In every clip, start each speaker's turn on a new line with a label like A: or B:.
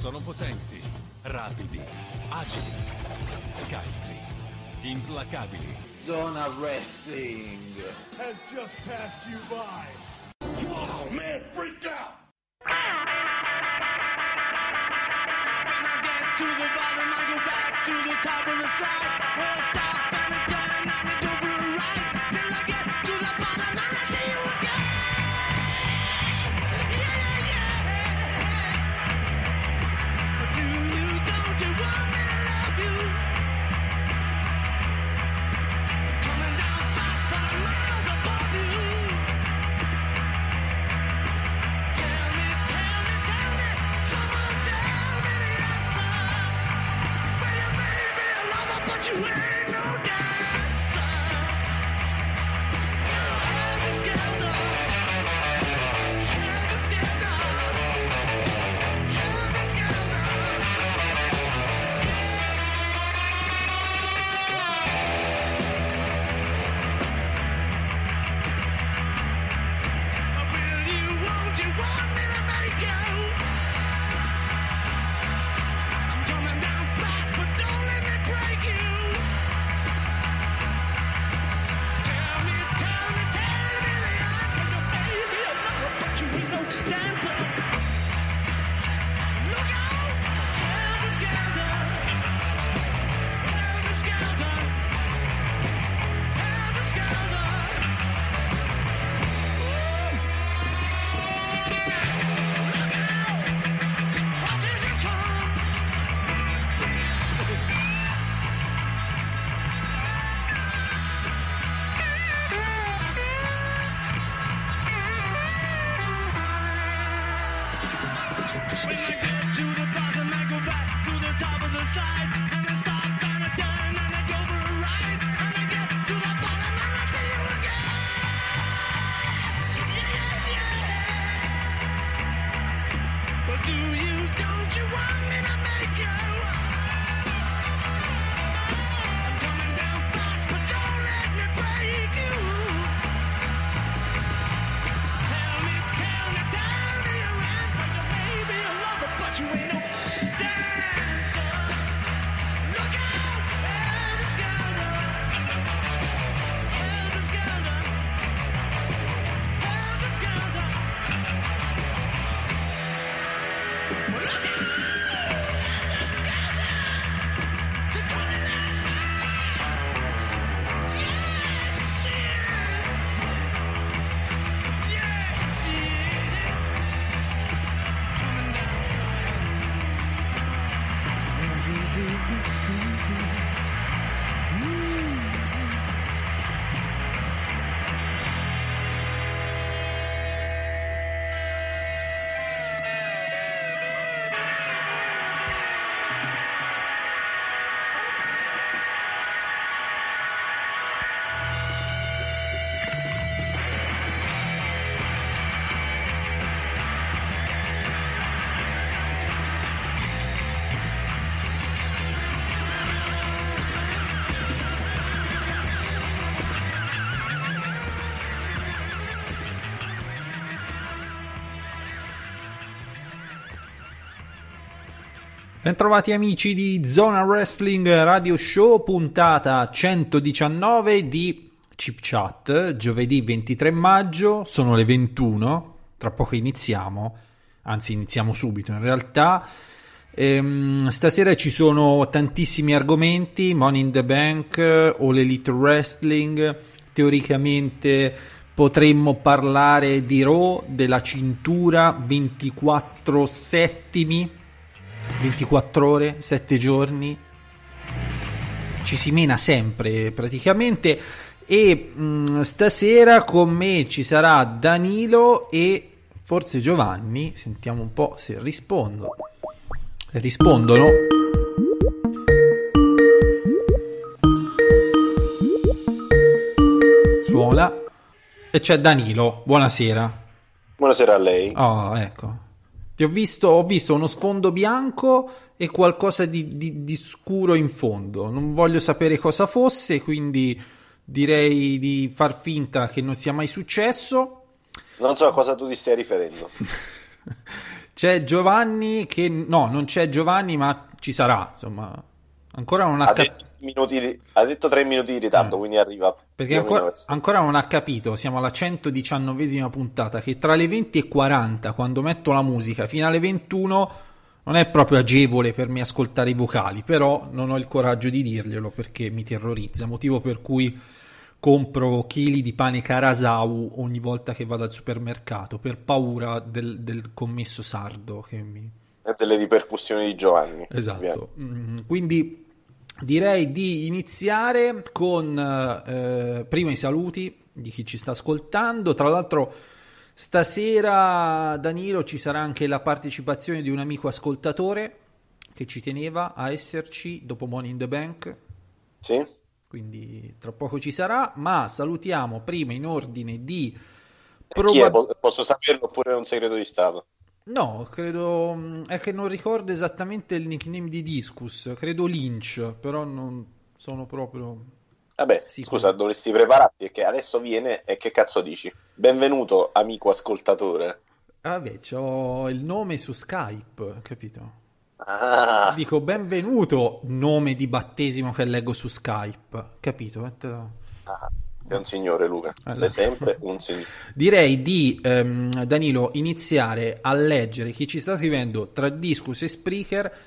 A: Sono potenti, rapidi, agili, scaltri, implacabili.
B: Zona Wrestling
C: has just passed you by.
B: Wow, man, freak out!
D: When I get to the bottom, I go back to the top of the slide. Where I stop and I turn and I go for a ride. Till I get to the bottom and I see you again. Yeah, yeah. But do you, don't you want me to love you? I'm coming down fast, but I'm miles above you. Tell me, come on, tell me the answer. Well, you may be a lover, but you ain't no dancer. Helter-skelter, helter-skelter, helter-skelter. Will you, won't you want me to make you? I'm coming down fast, but don't let me break you. Tell me the answer. You may be a lover, but you ain't no dancer. Look out, helter-skelter, helter-skelter, helter-skelter. Crosses your tongue. When I get to the bottom, I go back to the top of the slide. And I stop and I turn and I go for a ride. And I get to the bottom and I see you again. Yeah, yeah. Well, do you, don't you want me to make you? I'm coming down fast, but don't let me break you. Tell me your answer. You may be a lover, but you ain't no dancer. Look out, helter-skelter, helter-skelter, helter-skelter. Look out, helter-skelter. You're coming down fast. Yes, she is. Yes, she is. Coming down
E: Bentrovati amici di Zona Wrestling Radio Show, puntata 119 di Chip Chat, giovedì 23 maggio, sono le 21, tra poco iniziamo, anzi iniziamo subito in realtà. Stasera ci sono tantissimi argomenti, Money in the Bank, All Elite Wrestling, teoricamente potremmo parlare di Raw, della cintura, 24 settimi, 24 ore, 7 giorni, ci si mena sempre praticamente. E stasera con me ci sarà Danilo e forse Giovanni, sentiamo un po' se rispondono. Suona e c'è Danilo, buonasera.
F: Buonasera a lei.
E: Oh, ecco. Ho visto uno sfondo bianco e qualcosa di scuro in fondo. Non voglio sapere cosa fosse, quindi direi di far finta che non sia mai successo.
F: Non so a cosa tu ti stia riferendo.
E: C'è Giovanni che... No, non c'è Giovanni, ma ci sarà, insomma. Ancora non ha capito.
F: Ha detto 3 minuti di ritardo, quindi arriva.
E: Perché ancora non ha capito, siamo alla 119esima puntata, che tra le 20:40, quando metto la musica, fino alle 21, non è proprio agevole per me ascoltare i vocali, però non ho il coraggio di dirglielo perché mi terrorizza, motivo per cui compro chili di pane Carasau ogni volta che vado al supermercato, per paura del commesso sardo che mi...
F: E delle ripercussioni di Giovanni.
E: Esatto. Quindi direi di iniziare con prima i saluti di chi ci sta ascoltando. Tra l'altro stasera, Danilo, ci sarà anche la partecipazione di un amico ascoltatore che ci teneva a esserci dopo Money in the Bank.
F: Sì.
E: Quindi tra poco ci sarà, ma salutiamo prima in ordine di...
F: Chi è? Posso saperlo oppure è un segreto di Stato?
E: No, credo... è che non ricordo esattamente il nickname di Discus, credo Lynch, però non sono proprio...
F: Vabbè,
E: sicuro.
F: Scusa, dovresti prepararti perché adesso viene e che cazzo dici? Benvenuto, amico ascoltatore.
E: Vabbè, c'ho il nome su Skype, capito?
F: Ah.
E: Dico benvenuto, nome di battesimo che leggo su Skype, capito?
F: Sei un signore, Luca. Sei sempre un signore.
E: Direi di, Danilo, iniziare a leggere chi ci sta scrivendo tra Discus e Spreaker,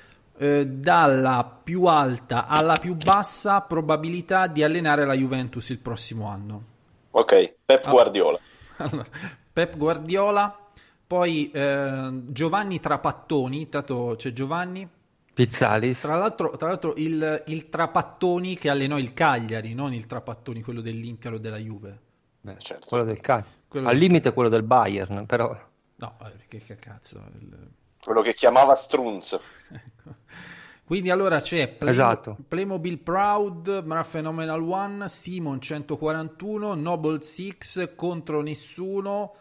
E: dalla più alta alla più bassa probabilità di allenare la Juventus il prossimo anno.
F: Ok, Pep Guardiola.
E: Allora, Pep Guardiola, poi Giovanni Trapattoni, tanto c'è Giovanni
G: Pizzalis.
E: Tra l'altro il Trapattoni che allenò il Cagliari, non il Trapattoni quello dell'Inter o della Juve.
G: Beh,
F: certo.
G: Quello del Cagliari. Al limite quello del Bayern, però...
E: No, che cazzo.
F: Quello che chiamava Strunz.
E: Ecco. Quindi allora c'è
G: Esatto.
E: Playmobil Proud, Mara Phenomenal One, Simon 141, Noble 6, Contro Nessuno,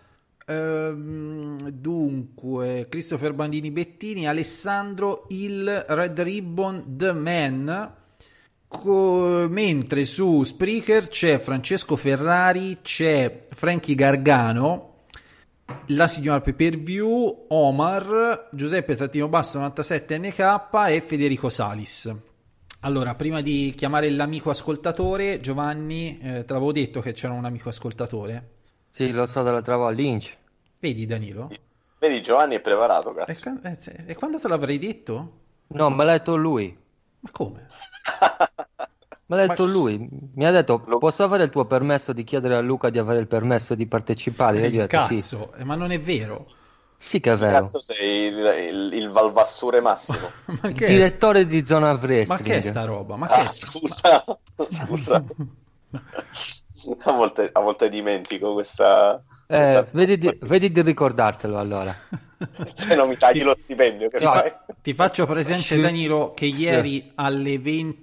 E: dunque Christopher Bandini Bettini, Alessandro il Red Ribbon The Man, mentre su Spreaker c'è Francesco Ferrari, c'è Frankie Gargano, la signora Pay-Per-View, Omar, Giuseppe Trattino Basso 97 NK e Federico Salis. Allora, prima di chiamare l'amico ascoltatore, Giovanni, te l'avevo detto che c'era un amico ascoltatore.
G: Sì, lo so, dalla trova Lynch.
E: Vedi, Danilo?
F: Vedi, Giovanni è preparato, cazzo.
E: E quando te l'avrei detto?
G: No, me l'ha detto lui.
E: Ma come?
G: Me l'ha detto lui. Mi ha detto, posso avere il tuo permesso di chiedere a Luca di avere il permesso di partecipare? E io ho detto,
E: cazzo,
G: sì.
E: Ma non è vero.
G: Sì che è vero.
F: Cazzo sei il Valvassore Massimo.
E: Ma
G: Il direttore di Zona Wrestling.
E: Ma che è sta roba? Ma
F: scusa. A volte dimentico questa
G: vedi di ricordartelo allora.
F: Se no mi tagli lo stipendio. Che fai?
E: Ti faccio presente, Danilo, che ieri alle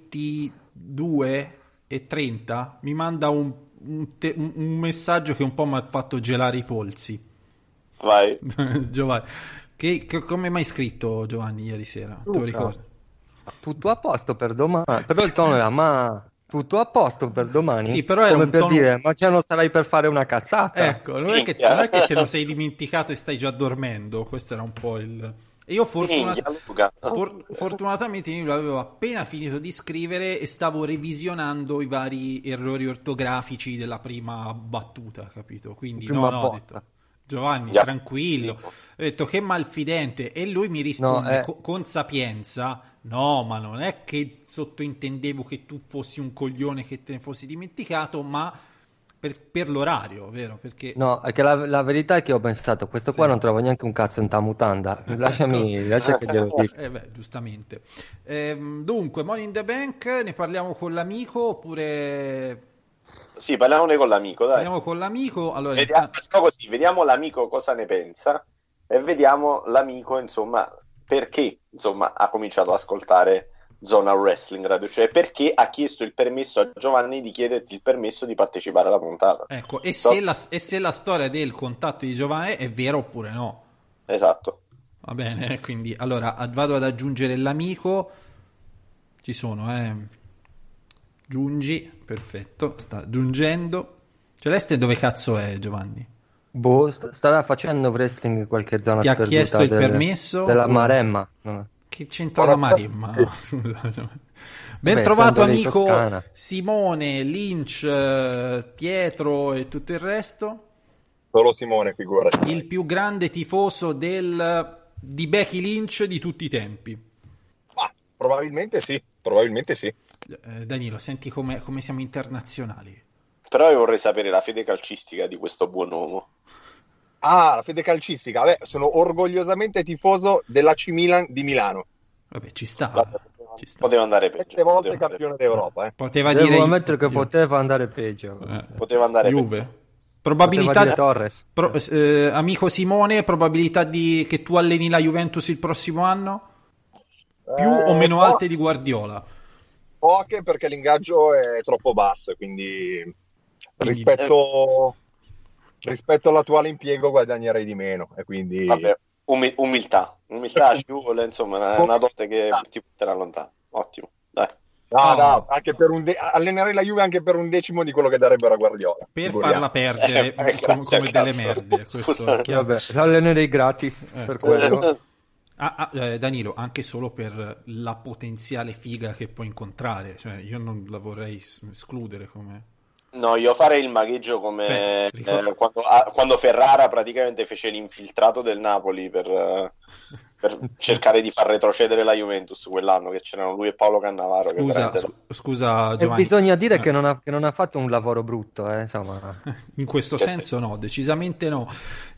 E: 22:30 mi manda un messaggio che un po' mi ha fatto gelare i polsi.
F: Vai.
E: Giovanni, come mai scritto Giovanni ieri sera? Te lo ricordi?
G: Tutto a posto per domani. Però il tono era tutto a posto per domani?
E: Sì, però era
G: come
E: un
G: per
E: tono...
G: dire, ma già non starai per fare una cazzata.
E: Ecco, non è che te lo sei dimenticato e stai già dormendo. Questo era un po' il... E io fortunatamente io l'avevo appena finito di scrivere e stavo revisionando i vari errori ortografici della prima battuta, capito? Quindi ho detto, Giovanni, tranquillo. Ho detto che malfidente, e lui mi risponde con sapienza: no, ma non è che sottointendevo che tu fossi un coglione che te ne fossi dimenticato, ma per l'orario, vero? Perché... No,
G: è che la verità è che ho pensato, questo qua non trovo neanche un cazzo in ta mutanda, lascia che glielo dico.
E: Giustamente. Dunque, Money in the Bank, ne parliamo con l'amico oppure...
F: Sì, parliamone con l'amico, dai.
E: Parliamo con l'amico, allora...
F: Vediamo l'amico cosa ne pensa e vediamo l'amico, insomma, perché, insomma, ha cominciato ad ascoltare Zona Wrestling Radio, cioè perché ha chiesto il permesso a Giovanni di chiederti il permesso di partecipare alla puntata.
E: Ecco, se la storia del contatto di Giovanni è vera oppure no.
F: Esatto.
E: Va bene, quindi allora vado ad aggiungere l'amico. Ci sono, Giungi, perfetto, sta giungendo. Celeste dove cazzo è, Giovanni?
G: Boh, starà facendo wrestling in qualche zona
E: Ti ha
G: sperduta
E: chiesto il permesso?
G: della Maremma. No.
E: Che c'entra la Maremma? Scusa. Ben
G: Vabbè,
E: trovato
G: essendo lì
E: amico
G: Toscana.
E: Simone, Lynch, Pietro e tutto il resto.
H: Solo Simone, figurati.
E: Il più grande tifoso di Becky Lynch di tutti i tempi.
H: Ah, probabilmente sì.
E: Danilo, senti come siamo internazionali.
F: Però io vorrei sapere la fede calcistica di questo buon uomo.
H: Ah, la fede calcistica. Beh, sono orgogliosamente tifoso dell'AC Milan di Milano.
E: Vabbè, ci sta.
F: Poteva andare peggio.
H: 7 volte campione d'Europa.
E: Poteva
G: Devo
E: dire
G: ammettere che poteva andare peggio.
F: Poteva andare
E: Juve.
F: peggio.
E: Probabilità
G: Poteva dire Torres.
E: amico Simone, probabilità che tu alleni la Juventus il prossimo anno? Più o meno alte di Guardiola?
H: Poche, perché l'ingaggio è troppo basso, quindi rispetto all'attuale impiego guadagnerei di meno, e quindi
F: Vabbè, umiltà ci vuole, insomma, una dote che ti porterà lontano. Ottimo, dai.
H: No, anche per allenerei la Juve anche per un decimo di quello che darebbero a Guardiola.
E: Per
H: figuriamo.
E: farla perdere come delle merde.
F: Scusa.
G: Vabbè, l'allenerei gratis per quello.
E: Danilo, anche solo per la potenziale figa che puoi incontrare, cioè io non la vorrei escludere come...
F: No, io farei il magheggio come quando Ferrara praticamente fece l'infiltrato del Napoli per cercare di far retrocedere la Juventus quell'anno, che c'erano lui e Paolo Cannavaro.
E: Scusa
G: E
E: Giovanni.
G: bisogna dire che non ha fatto un lavoro brutto, insomma.
E: In questo senso no, decisamente no.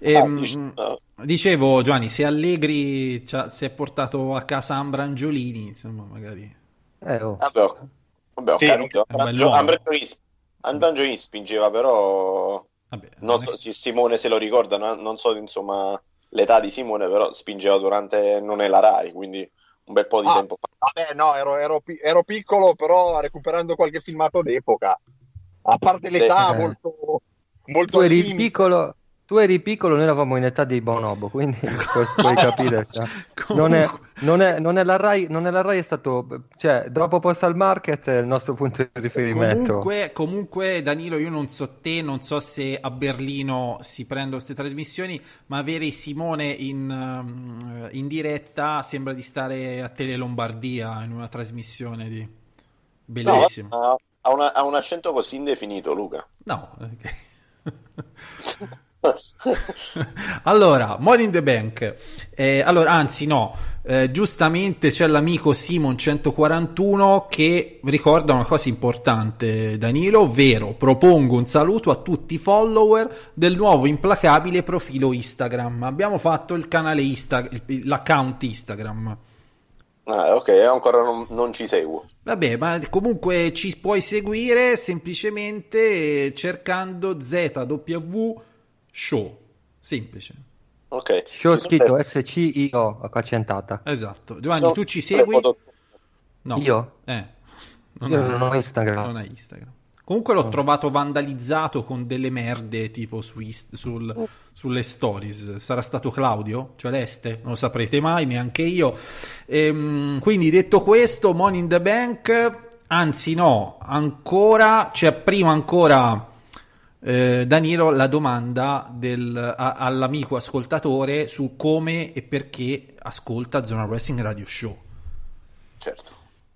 E: Dicevo Giovanni, se Allegri si è portato a casa Ambrangiolini, insomma, magari...
F: Vabbè, ho capito. Ambrangiolini spingeva, però
E: vabbè,
F: non so, Simone se lo ricorda, non so insomma l'età di Simone, però spingeva durante non è la Rai, quindi un bel po' di tempo fa.
H: Vabbè, no, ero piccolo, però recuperando qualche filmato d'epoca, a parte l'età molto
G: tu eri piccolo, noi eravamo in età dei bonobo, quindi puoi capire. Non è la Rai, è stato, cioè, dopo Postal Market è il nostro punto di riferimento.
E: Comunque Danilo, io non so se a Berlino si prendono queste trasmissioni, ma avere Simone in diretta sembra di stare a Tele Lombardia in una trasmissione di bellissimo.
F: No, ha un accento così indefinito, Luca.
E: No, ok. Allora, Money in the Bank. Giustamente c'è l'amico Simon 141 che ricorda una cosa importante, Danilo, ovvero propongo un saluto a tutti i follower del nuovo implacabile profilo Instagram. Abbiamo fatto il canale l'account Instagram.
F: Ok, ancora non ci seguo.
E: Vabbè, ma comunque ci puoi seguire semplicemente cercando ZW Show, semplice.
F: Ok.
G: Show scritto SCIO accentata.
E: Esatto. Giovanni, tu ci segui? No.
G: Io?
E: Non
G: ho Instagram.
E: Non hai Instagram. Comunque l'ho trovato vandalizzato con delle merde tipo sulle stories. Sarà stato Claudio Celeste? Non lo saprete mai, neanche io. Quindi detto questo, Money in the Bank, anzi no, ancora, cioè prima ancora Danilo, la domanda all'amico ascoltatore su come e perché ascolta Zona Wrestling Radio Show.
F: Certo.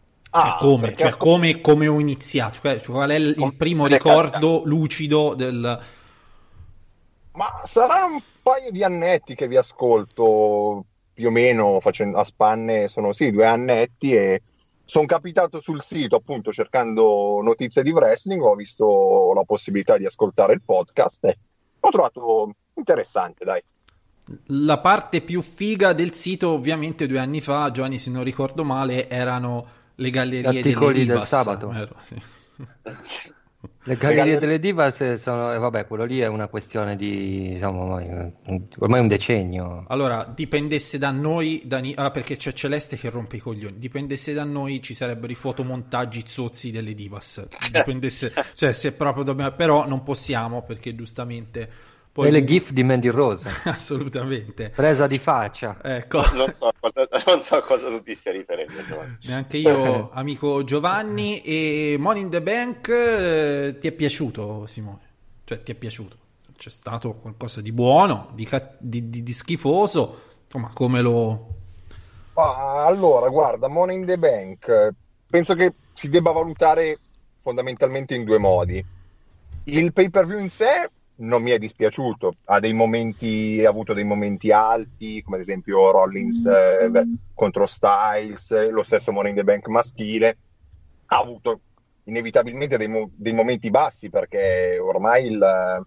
E: Come ho iniziato, qual è il primo ricordo lucido del...
H: Ma sarà un paio di annetti che vi ascolto, più o meno facendo a spanne, sono 2 annetti, e sono capitato sul sito appunto cercando notizie di wrestling, ho visto la possibilità di ascoltare il podcast e ho trovato interessante, dai.
E: La parte più figa del sito, ovviamente 2 anni fa, Giovanni, se non ricordo male, erano le gallerie delle Divas
G: del sabato. Le gallerie delle Divas sono, vabbè, quello lì è una questione di, diciamo, ormai un decennio.
E: Allora, dipendesse da noi, perché c'è Celeste che rompe i coglioni, dipendesse da noi ci sarebbero i fotomontaggi zozzi delle Divas, dipendesse, cioè se proprio dobbiamo, però non possiamo perché giustamente... Poi
G: e le gif di Mandy Rose.
E: Assolutamente.
G: Presa di faccia.
E: Ecco.
F: Non so a cosa tu ti stia riferendo, Giovanni.
E: Neanche io, amico Giovanni. E Money in the Bank ti è piaciuto, Simone? Cioè, ti è piaciuto? c'è stato qualcosa di buono, di schifoso, insomma, come lo...
H: Allora, guarda, Money in the Bank, penso che si debba valutare fondamentalmente in due modi. Il pay-per-view in sé non mi è dispiaciuto, ha avuto dei momenti alti, come ad esempio Rollins contro Styles, lo stesso Money in the Bank maschile, ha avuto inevitabilmente dei momenti bassi, perché ormai la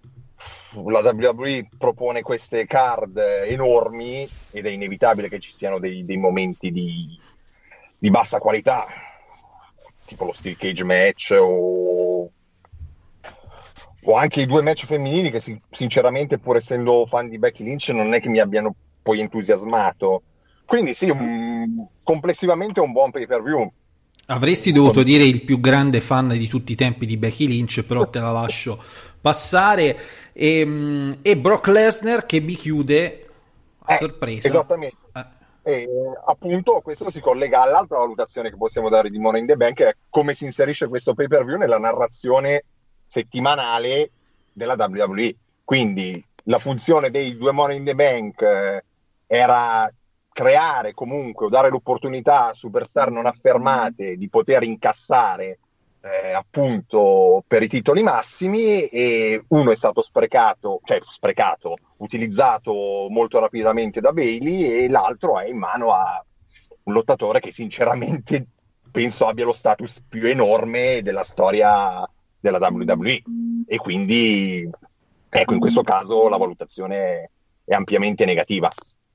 H: WWE propone queste card enormi ed è inevitabile che ci siano dei momenti di bassa qualità, tipo lo Steel Cage match o anche i due match femminili che sinceramente, pur essendo fan di Becky Lynch, non è che mi abbiano poi entusiasmato. Quindi sì, complessivamente un buon pay-per-view.
E: Avresti dovuto dire il più grande fan di tutti i tempi di Becky Lynch, però te la lascio passare. E Brock Lesnar che mi chiude a sorpresa.
H: Esattamente. E appunto questo si collega all'altra valutazione che possiamo dare di Money in the Bank, è come si inserisce questo pay-per-view nella narrazione settimanale della WWE. Quindi la funzione dei due Money in the Bank era creare comunque o dare l'opportunità a superstar non affermate di poter incassare appunto per i titoli massimi, e uno è stato utilizzato molto rapidamente da Bayley, e l'altro è in mano a un lottatore che sinceramente penso abbia lo status più enorme della storia della WWE, e quindi ecco, in questo caso la valutazione è ampiamente negativa.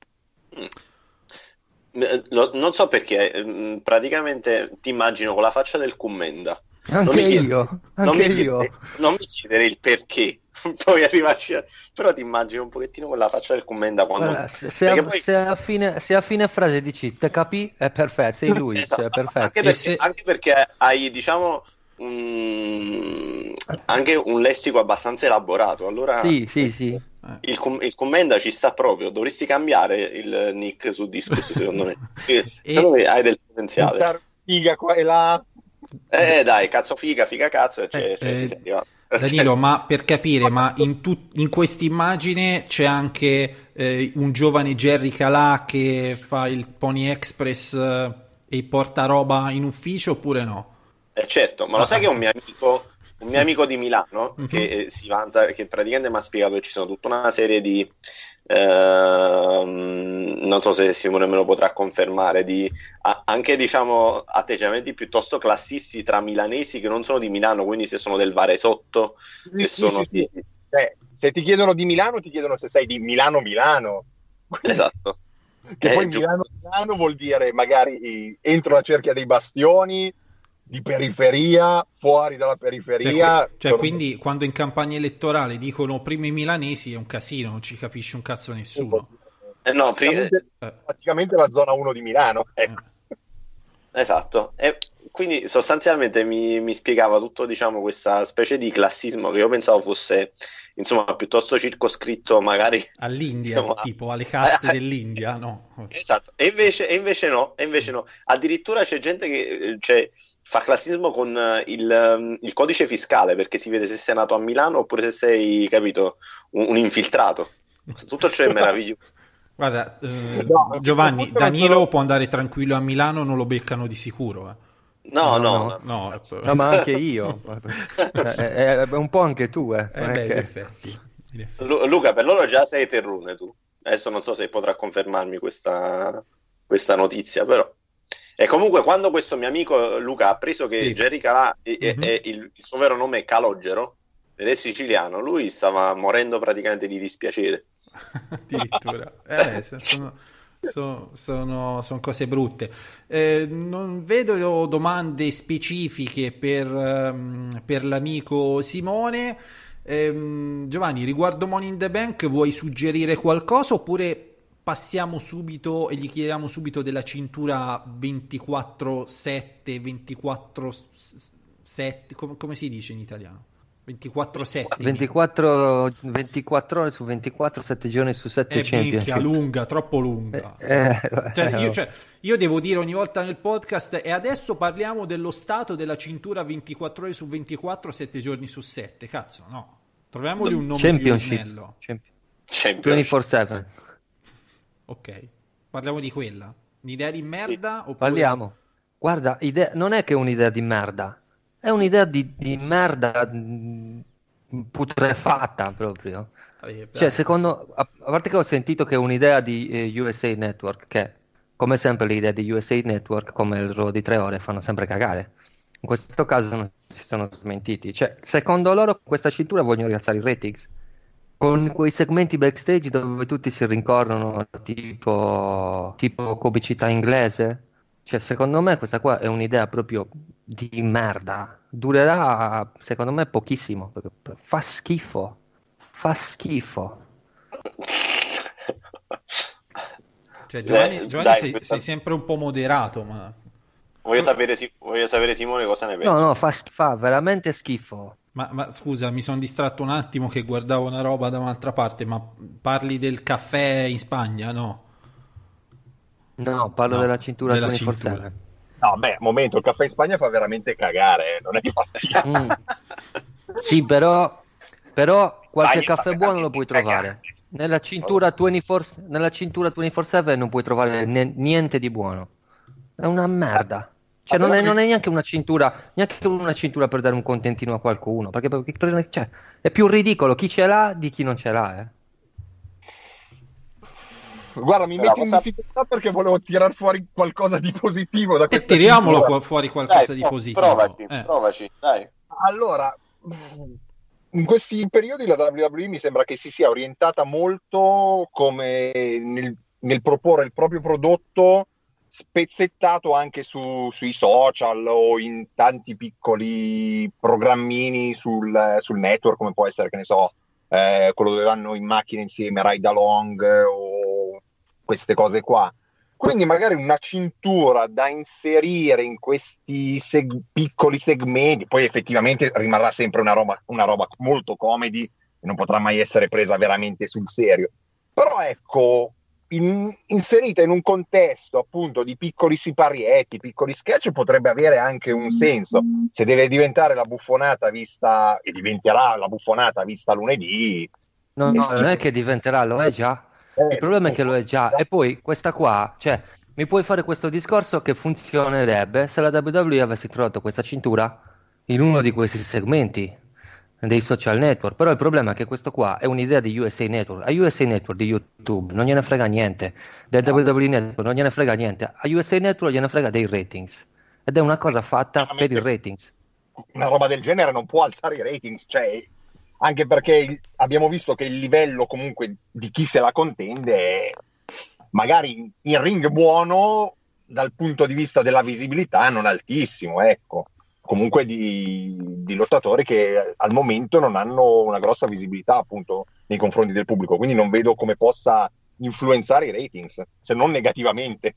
F: Non so perché, praticamente ti immagino con la faccia del Commenda.
G: Anche io.
F: Non mi chiedere il perché, poi arrivarci però ti immagino un pochettino con la faccia del Commenda quando...
G: Guarda, se a fine frase dici te capì, è perfetto, sei lui,
F: esatto.
G: È perfetto.
F: Anche perché hai, diciamo, anche un lessico abbastanza elaborato, allora
G: sì.
F: Il Commenda ci sta proprio. Dovresti cambiare il nick su Discord, secondo me. Secondo me hai del potenziale.
H: Figa qua e là.
F: Dai, cazzo figa cazzo,
E: Danilo, ma per capire, ma in questa immagine c'è anche un giovane Jerry Calà che fa il Pony Express e porta roba in ufficio, oppure no?
F: Certo, ma lo sai che è un mio amico di Milano che si vanta, che praticamente mi ha spiegato che ci sono tutta una serie di non so se Simone me lo potrà confermare, di anche, diciamo, atteggiamenti piuttosto classisti tra milanesi che non sono di Milano, quindi se sono del Varesotto,
H: sì. Se ti chiedono di Milano, ti chiedono se sei di Milano.
F: Esatto.
H: Che poi Milano vuol dire magari entro la cerchia dei bastioni, di periferia, fuori dalla periferia.
E: Cioè quindi quando in campagna elettorale dicono prima i milanesi è un casino, non ci capisce un cazzo nessuno.
F: No,
H: praticamente la zona 1 di Milano.
F: Esatto. E quindi sostanzialmente mi spiegava tutto, diciamo, questa specie di classismo che io pensavo fosse, insomma, piuttosto circoscritto magari
E: all'India,
F: diciamo,
E: tipo alle caste dell'India, no?
F: Esatto. E invece no. Addirittura c'è gente che fa classismo con il codice fiscale, perché si vede se sei nato a Milano oppure se sei, capito, un infiltrato. Tutto ciò è meraviglioso.
E: Guarda, Giovanni, Danilo può andare tranquillo a Milano, non lo beccano di sicuro.
G: No, ma anche io. È un po' anche tu,
E: in effetti.
F: Luca, per loro già sei terrune tu. Adesso non so se potrà confermarmi questa notizia, però. E comunque quando questo mio amico Luca ha appreso che Jerry Calà il suo vero nome è Calogero ed è siciliano, lui stava morendo praticamente di dispiacere.
E: Addirittura. Sono cose brutte. Non vedo domande specifiche per l'amico Simone. Giovanni, riguardo Money in the Bank, vuoi suggerire qualcosa oppure passiamo subito e gli chiediamo subito della cintura 24/7, 24/7, come si dice in italiano? 24/7.
G: 24 ore su 24, 7 giorni su 7 Championship.
E: È lunga, troppo lunga. Io devo dire ogni volta nel podcast, e adesso parliamo dello stato della cintura 24 ore su 24, 7 giorni su 7. Cazzo, no. Troviamogli un nome più snello.
F: Championship.
G: 24/7.
E: Ok, parliamo di quella. Un'idea di merda? Oppure...
G: Parliamo. Guarda, non è che è un'idea di merda, è un'idea di merda putrefatta proprio. Cioè, secondo, a parte che ho sentito che è un'idea di USA Network, che come sempre le idee di USA Network, come il Raw di 3 ore, fanno sempre cagare. In questo caso non si sono smentiti. Cioè, secondo loro, con questa cintura vogliono rialzare i ratings. Con quei segmenti backstage dove tutti si rincorrono, tipo comicità inglese. Cioè, secondo me questa qua è un'idea proprio di merda. Durerà, secondo me, pochissimo. Perché fa schifo. Fa schifo.
E: Cioè, Giovanni dai, sei sempre un po' moderato, ma...
F: Voglio sapere Simone cosa ne pensa.
G: No, fa veramente schifo.
E: Ma scusa, mi sono distratto un attimo che guardavo una roba da un'altra parte, ma parli del caffè in Spagna, no?
G: No, parlo della cintura 24/7.
H: No, beh, momento, il caffè in Spagna fa veramente cagare, non è che fa schifo.
G: Sì, però qualche caffè buono lo puoi trovare. Nella cintura 24/7 non puoi trovare niente di buono. È una merda. Cioè, non è neanche una cintura per dare un contentino a qualcuno, perché cioè, è più ridicolo chi ce l'ha di chi non ce l'ha,
H: Guarda, mi metti in difficoltà perché volevo tirar fuori qualcosa di positivo da questa
E: tiriamolo fuori qualcosa di positivo.
F: Provaci, dai.
H: Allora, in questi periodi la WWE mi sembra che si sia orientata molto come nel proporre il proprio prodotto spezzettato anche sui social o in tanti piccoli programmini sul network, come può essere, che ne so, quello dove vanno in macchina insieme, Ride Along o queste cose qua. Quindi magari una cintura da inserire in questi piccoli segmenti, poi effettivamente rimarrà sempre una roba molto comedy e non potrà mai essere presa veramente sul serio. Però ecco, inserita in un contesto appunto di piccoli siparietti, piccoli sketch, potrebbe avere anche un senso. Se deve diventare la buffonata vista, e diventerà la buffonata vista lunedì,
G: non è che diventerà, lo è già. Il problema è che lo è già. E poi questa qua, cioè, mi puoi fare questo discorso che funzionerebbe se la WWE avesse introdotto questa cintura in uno di questi segmenti dei social network. Però il problema è che questo qua è un'idea di USA Network. A USA Network di YouTube non gliene frega niente, del WWE Network non gliene frega niente, a USA Network gliene frega dei ratings, ed è una cosa fatta per i ratings.
H: Una roba del genere non può alzare i ratings, cioè, anche perché abbiamo visto che il livello comunque di chi se la contende è magari in ring buono, dal punto di vista della visibilità non altissimo, ecco. Comunque di lottatori che al momento non hanno una grossa visibilità appunto nei confronti del pubblico, quindi non vedo come possa influenzare i ratings, se non negativamente.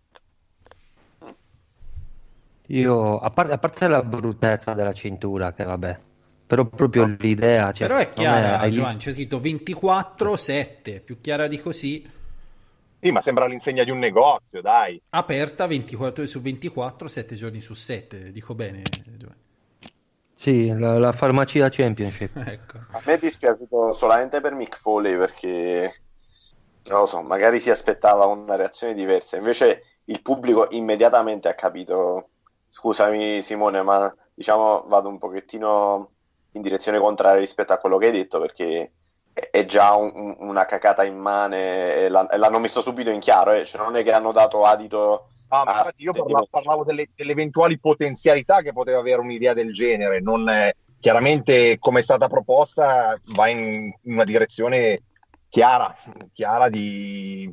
G: Io, a parte la bruttezza della cintura, che vabbè, però proprio l'idea... Cioè,
E: però è chiara, Giovanni, c'è scritto 24/7, più chiara di così.
H: Sì, ma sembra l'insegna di un negozio, dai.
E: Aperta 24 ore su 24, 7 giorni su 7, dico bene, Giovanni.
G: Sì, la farmacia Championship.
E: Ecco.
F: A me è dispiaciuto solamente per Mick Foley, perché non lo so, magari si aspettava una reazione diversa, invece il pubblico immediatamente ha capito. Scusami Simone, ma diciamo vado un pochettino in direzione contraria rispetto a quello che hai detto, perché è già una cacata immane e l'hanno messo subito in chiaro, cioè non è che hanno dato adito
H: infatti io parlavo delle eventuali potenzialità che poteva avere un'idea del genere, non chiaramente come è stata proposta va in una direzione chiara di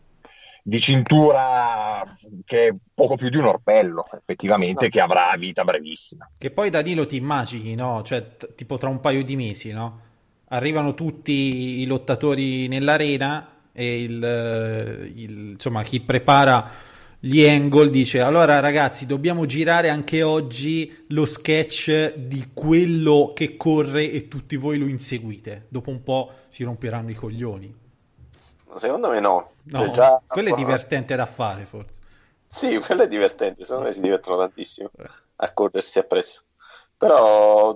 H: cintura che è poco più di un orpello, effettivamente, che avrà vita brevissima.
E: Che poi Danilo ti immagini, no? Cioè tipo tra un paio di mesi, no? Arrivano tutti i lottatori nell'arena e insomma chi prepara gli angle dice: allora ragazzi, dobbiamo girare anche oggi lo sketch di quello che corre e tutti voi lo inseguite. Dopo un po' si romperanno i coglioni.
F: Secondo me no.
E: No,
F: già...
E: quello è divertente da fare, forse.
F: Sì, quello è divertente, secondo me si divertono tantissimo a corrersi appresso. Però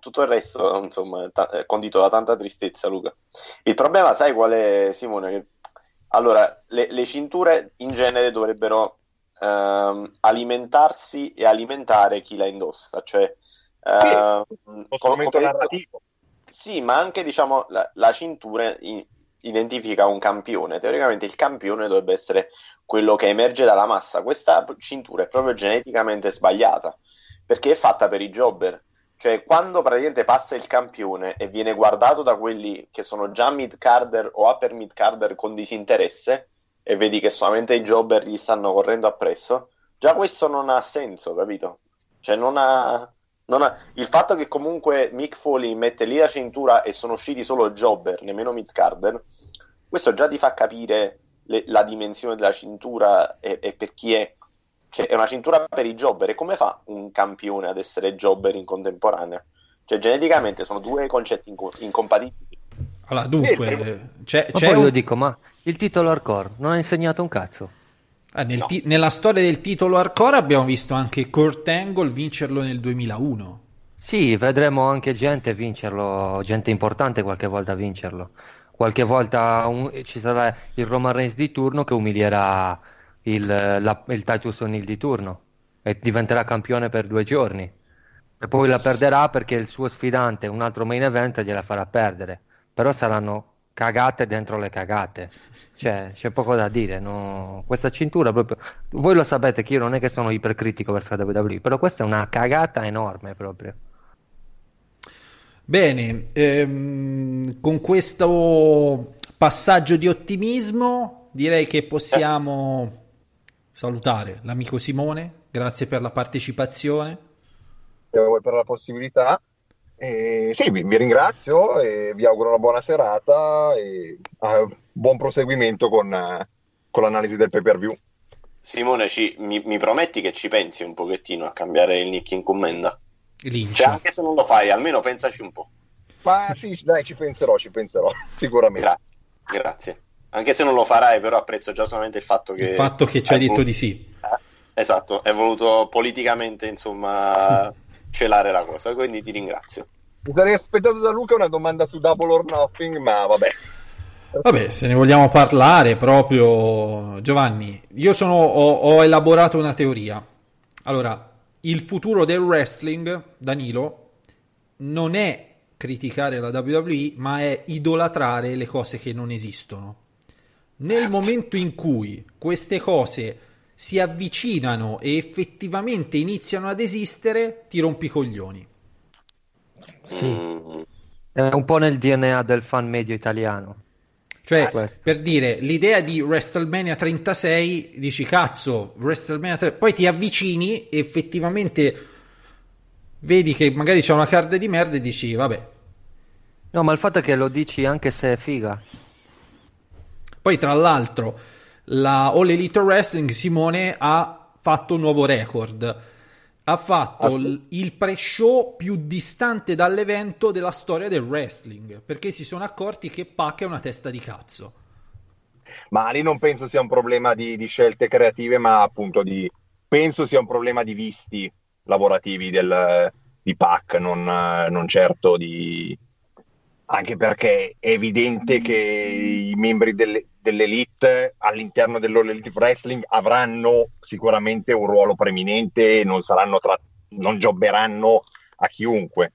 F: tutto il resto, insomma, è condito da tanta tristezza, Luca. Il problema, sai qual è, Simone? Che, allora, le cinture in genere dovrebbero alimentarsi e alimentare chi la indossa, cioè
H: uno strumento narrativo.
F: Sì, ma anche, diciamo, la cintura identifica un campione. Teoricamente il campione dovrebbe essere quello che emerge dalla massa. Questa cintura è proprio geneticamente sbagliata, perché è fatta per i jobber. Cioè, quando praticamente passa il campione e viene guardato da quelli che sono già mid-carder o upper mid-carder con disinteresse, e vedi che solamente i jobber gli stanno correndo appresso, già questo non ha senso, capito? Cioè, non ha... Il fatto che comunque Mick Foley mette lì la cintura e sono usciti solo jobber, nemmeno mid-carder, questo già ti fa capire la dimensione della cintura e per chi è. Cioè, è una cintura per i jobber, e come fa un campione ad essere jobber in contemporanea? Cioè, geneticamente sono due concetti incompatibili.
E: Allora, dunque,
G: poi io dico, ma il titolo hardcore non ha insegnato un cazzo.
E: No. Nella storia del titolo hardcore abbiamo visto anche Kurt Angle vincerlo nel 2001.
G: Sì, vedremo anche gente vincerlo, gente importante qualche volta vincerlo. Qualche volta ci sarà il Roman Reigns di turno che umilierà il Titus O'Neil di turno e diventerà campione per 2 giorni. E poi la perderà perché il suo sfidante, un altro main event, gliela farà perdere. Però saranno cagate dentro le cagate. Cioè, c'è poco da dire, no? Questa cintura proprio, voi lo sapete che io non è che sono ipercritico verso la WWE, però questa è una cagata enorme proprio.
E: Bene, con questo passaggio di ottimismo direi che possiamo salutare l'amico Simone. Grazie per la partecipazione,
H: per la possibilità. Sì, vi ringrazio e vi auguro una buona serata e buon proseguimento con l'analisi del pay-per-view.
F: Simone, mi prometti che ci pensi un pochettino a cambiare il nick in commenda? Cioè, anche se non lo fai, almeno pensaci un po'.
H: Ma sì, dai, ci penserò sicuramente.
F: Grazie. Anche se non lo farai, però apprezzo già solamente il fatto che
E: ci hai detto di sì.
F: Esatto, hai voluto politicamente, insomma, celare la cosa, quindi ti ringrazio.
H: Mi sarei aspettato da Luca una domanda su Double or Nothing, ma vabbè,
E: se ne vogliamo parlare proprio, Giovanni, io ho elaborato una teoria. Allora, il futuro del wrestling, Danilo, non è criticare la WWE, ma è idolatrare le cose che non esistono. Nel momento in cui queste cose si avvicinano e effettivamente iniziano ad esistere, ti rompi i coglioni.
G: Sì, è un po' nel DNA del fan medio italiano.
E: Cioè, per dire, l'idea di WrestleMania 36, dici cazzo, WrestleMania 3, poi ti avvicini e effettivamente vedi che magari c'è una card di merda e dici vabbè.
G: No, ma il fatto è che lo dici anche se è figa.
E: Poi tra l'altro la All Elite Wrestling, Simone, ha fatto un nuovo record. Ha fatto il pre-show più distante dall'evento della storia del wrestling, perché si sono accorti che Pac è una testa di cazzo.
H: Ma lì non penso sia un problema di scelte creative, ma appunto penso sia un problema di visti lavorativi di Pac, non certo di... Anche perché è evidente che i membri dell'Elite all'interno dell'All Elite Wrestling avranno sicuramente un ruolo preminente e non jobberanno a chiunque.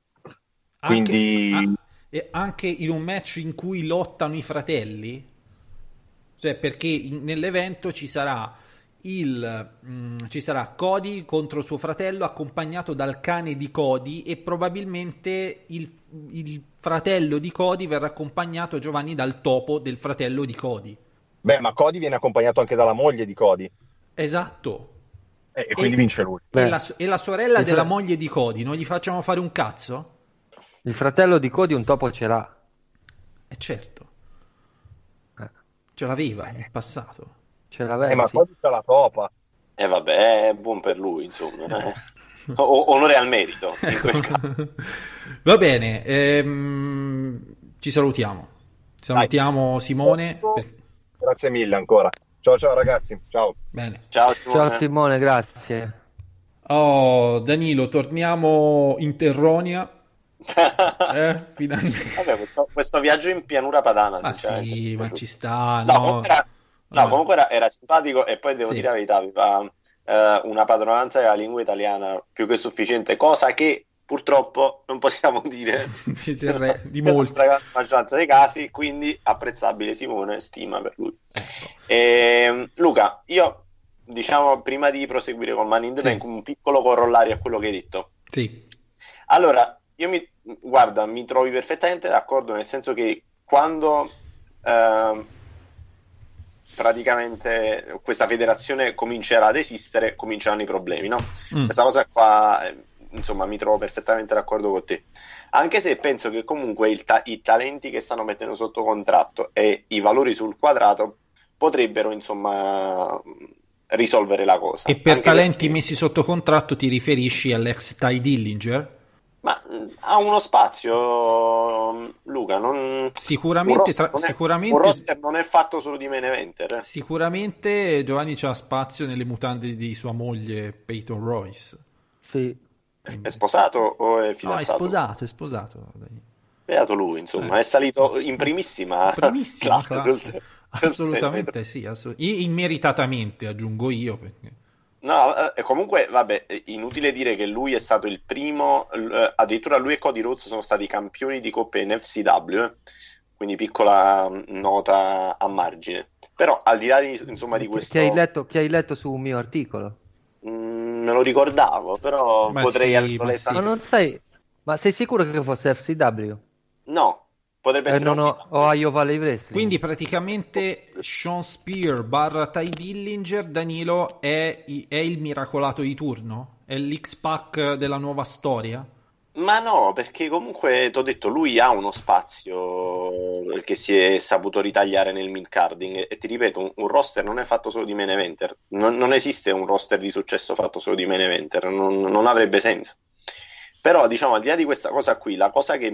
H: Quindi...
E: Anche in un match in cui lottano i fratelli, cioè perché nell'evento ci sarà Cody contro suo fratello accompagnato dal cane di Cody e probabilmente il fratello di Cody verrà accompagnato, Giovanni, dal topo del fratello di Cody.
H: Beh, ma Cody viene accompagnato anche dalla moglie di Cody.
E: Esatto.
H: E quindi vince lui.
E: E la sorella della moglie di Cody, non gli facciamo fare un cazzo?
G: Il fratello di Cody un topo ce l'ha.
E: Certo. Ce l'aveva in passato.
G: Ce l'aveva,
H: ma
G: sì.
H: Cody c'ha la topa.
F: Vabbè, è buon per lui, insomma. Onore al merito. In quel caso.
E: Va bene, ci salutiamo. Salutiamo Simone.
H: Grazie mille ancora. Ciao ragazzi. Ciao.
E: Bene.
F: Ciao Simone.
G: Ciao Simone, grazie.
E: Danilo, torniamo in Terronia. Finalmente.
F: Vabbè, questo viaggio in pianura padana,
E: Ma
F: sinceramente, mi
E: sì,
F: è
E: ma
F: piaciuto.
E: ci sta,
F: No,
E: no?
F: comunque era simpatico, e poi devo
E: Sì.
F: dire la verità, aveva una padronanza della lingua italiana più che sufficiente, cosa che purtroppo non possiamo dire
E: Di
F: nella
E: molti.
F: stragrande maggioranza dei casi, quindi apprezzabile Simone, stima per lui.
E: Ecco.
F: Luca, io diciamo prima di proseguire con Money in the
E: Sì.
F: Bank un piccolo corollario a quello che hai detto.
E: Sì.
F: Allora, guarda, mi trovi perfettamente d'accordo, nel senso che quando praticamente questa federazione comincerà ad esistere, cominceranno i problemi, no? Questa cosa qua, insomma, mi trovo perfettamente d'accordo con te. Anche se penso che comunque i talenti che stanno mettendo sotto contratto e i valori sul quadrato potrebbero, insomma, risolvere la cosa.
E: E per
F: Anche
E: talenti
F: perché-
E: messi sotto contratto ti riferisci all'ex Ty Dillinger?
F: Ma ha uno spazio, Luca, non...
E: Sicuramente,
F: un roster non è fatto solo di main eventer.
E: Sicuramente Giovanni c'ha spazio nelle mutande di sua moglie Peyton Royce.
G: Sì.
F: È sposato o è
E: No, è
F: fidanzato?
E: sposato. Dai.
F: Beato lui, insomma, è salito in primissima
E: Primissima
F: classe.
E: classe. Assolutamente sì, immeritatamente aggiungo io. Perché...
F: No, comunque, vabbè, inutile dire che lui è stato il primo, addirittura lui e Cody Rhodes sono stati campioni di coppia in FCW, quindi piccola nota a margine. Però al di là di, insomma, di questo...
G: Che hai letto su un mio articolo?
F: Me lo ricordavo, però
E: Ma
F: potrei...
E: sì, ma sì.
G: Ma non sai... Ma sei sicuro che fosse FCW?
F: No, potrebbe essere...
G: Non Ohio Valley Wrestling.
E: Quindi praticamente Sean Spear / Ty Dillinger, Danilo, è il miracolato di turno? È l'X-Pac della nuova storia?
F: Ma no, perché comunque ti ho detto, lui ha uno spazio che si è saputo ritagliare nel mid-carding e ti ripeto, un roster non è fatto solo di main eventer, non esiste un roster di successo fatto solo di main eventer, non avrebbe senso. Però diciamo, al di là di questa cosa qui, la cosa che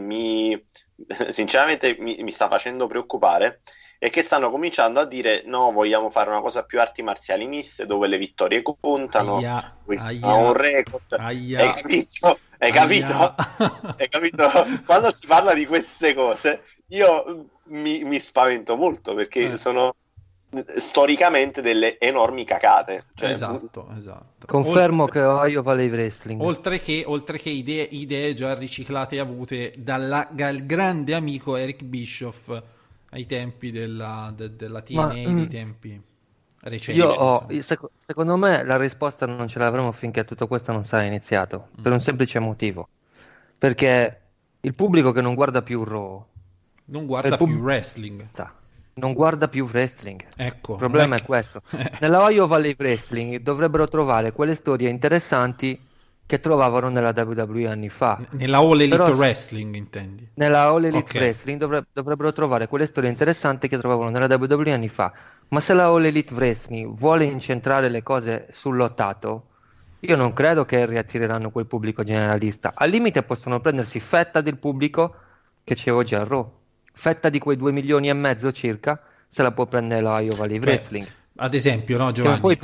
F: sinceramente mi sta facendo preoccupare è che stanno cominciando a dire no, vogliamo fare una cosa più arti marziali miste dove le vittorie contano, un record.
E: Aia.
F: Hai capito? Hai capito? Quando si parla di queste cose io mi spavento molto perché sono storicamente delle enormi cacate. Cioè,
E: Esatto.
G: Confermo che Ohio Valley Wrestling.
E: Oltre che idee già riciclate e avute dal grande amico Eric Bischoff ai tempi della TNA, dei tempi recenti.
G: Secondo me la risposta non ce l'avremo finché tutto questo non sarà iniziato, per un semplice motivo. Perché il pubblico che non guarda più Raw
E: non guarda più wrestling.
G: Non guarda più wrestling.
E: Ecco,
G: il problema è questo. Nella Ohio Valley Wrestling dovrebbero trovare quelle storie interessanti che trovavano nella WWE anni fa.
E: Nella All Elite Wrestling, intendi?
G: Nella All Elite Wrestling dovrebbero trovare quelle storie interessanti che trovavano nella WWE anni fa. Ma se la All Elite Wrestling vuole incentrare le cose sul lottato, io non credo che riattireranno quel pubblico generalista. Al limite possono prendersi fetta del pubblico che c'è oggi al Raw. Fetta di quei 2,5 milioni circa se la può prendere la Ohio Valley Wrestling.
E: Ad esempio, no, Giovanni?
G: Puoi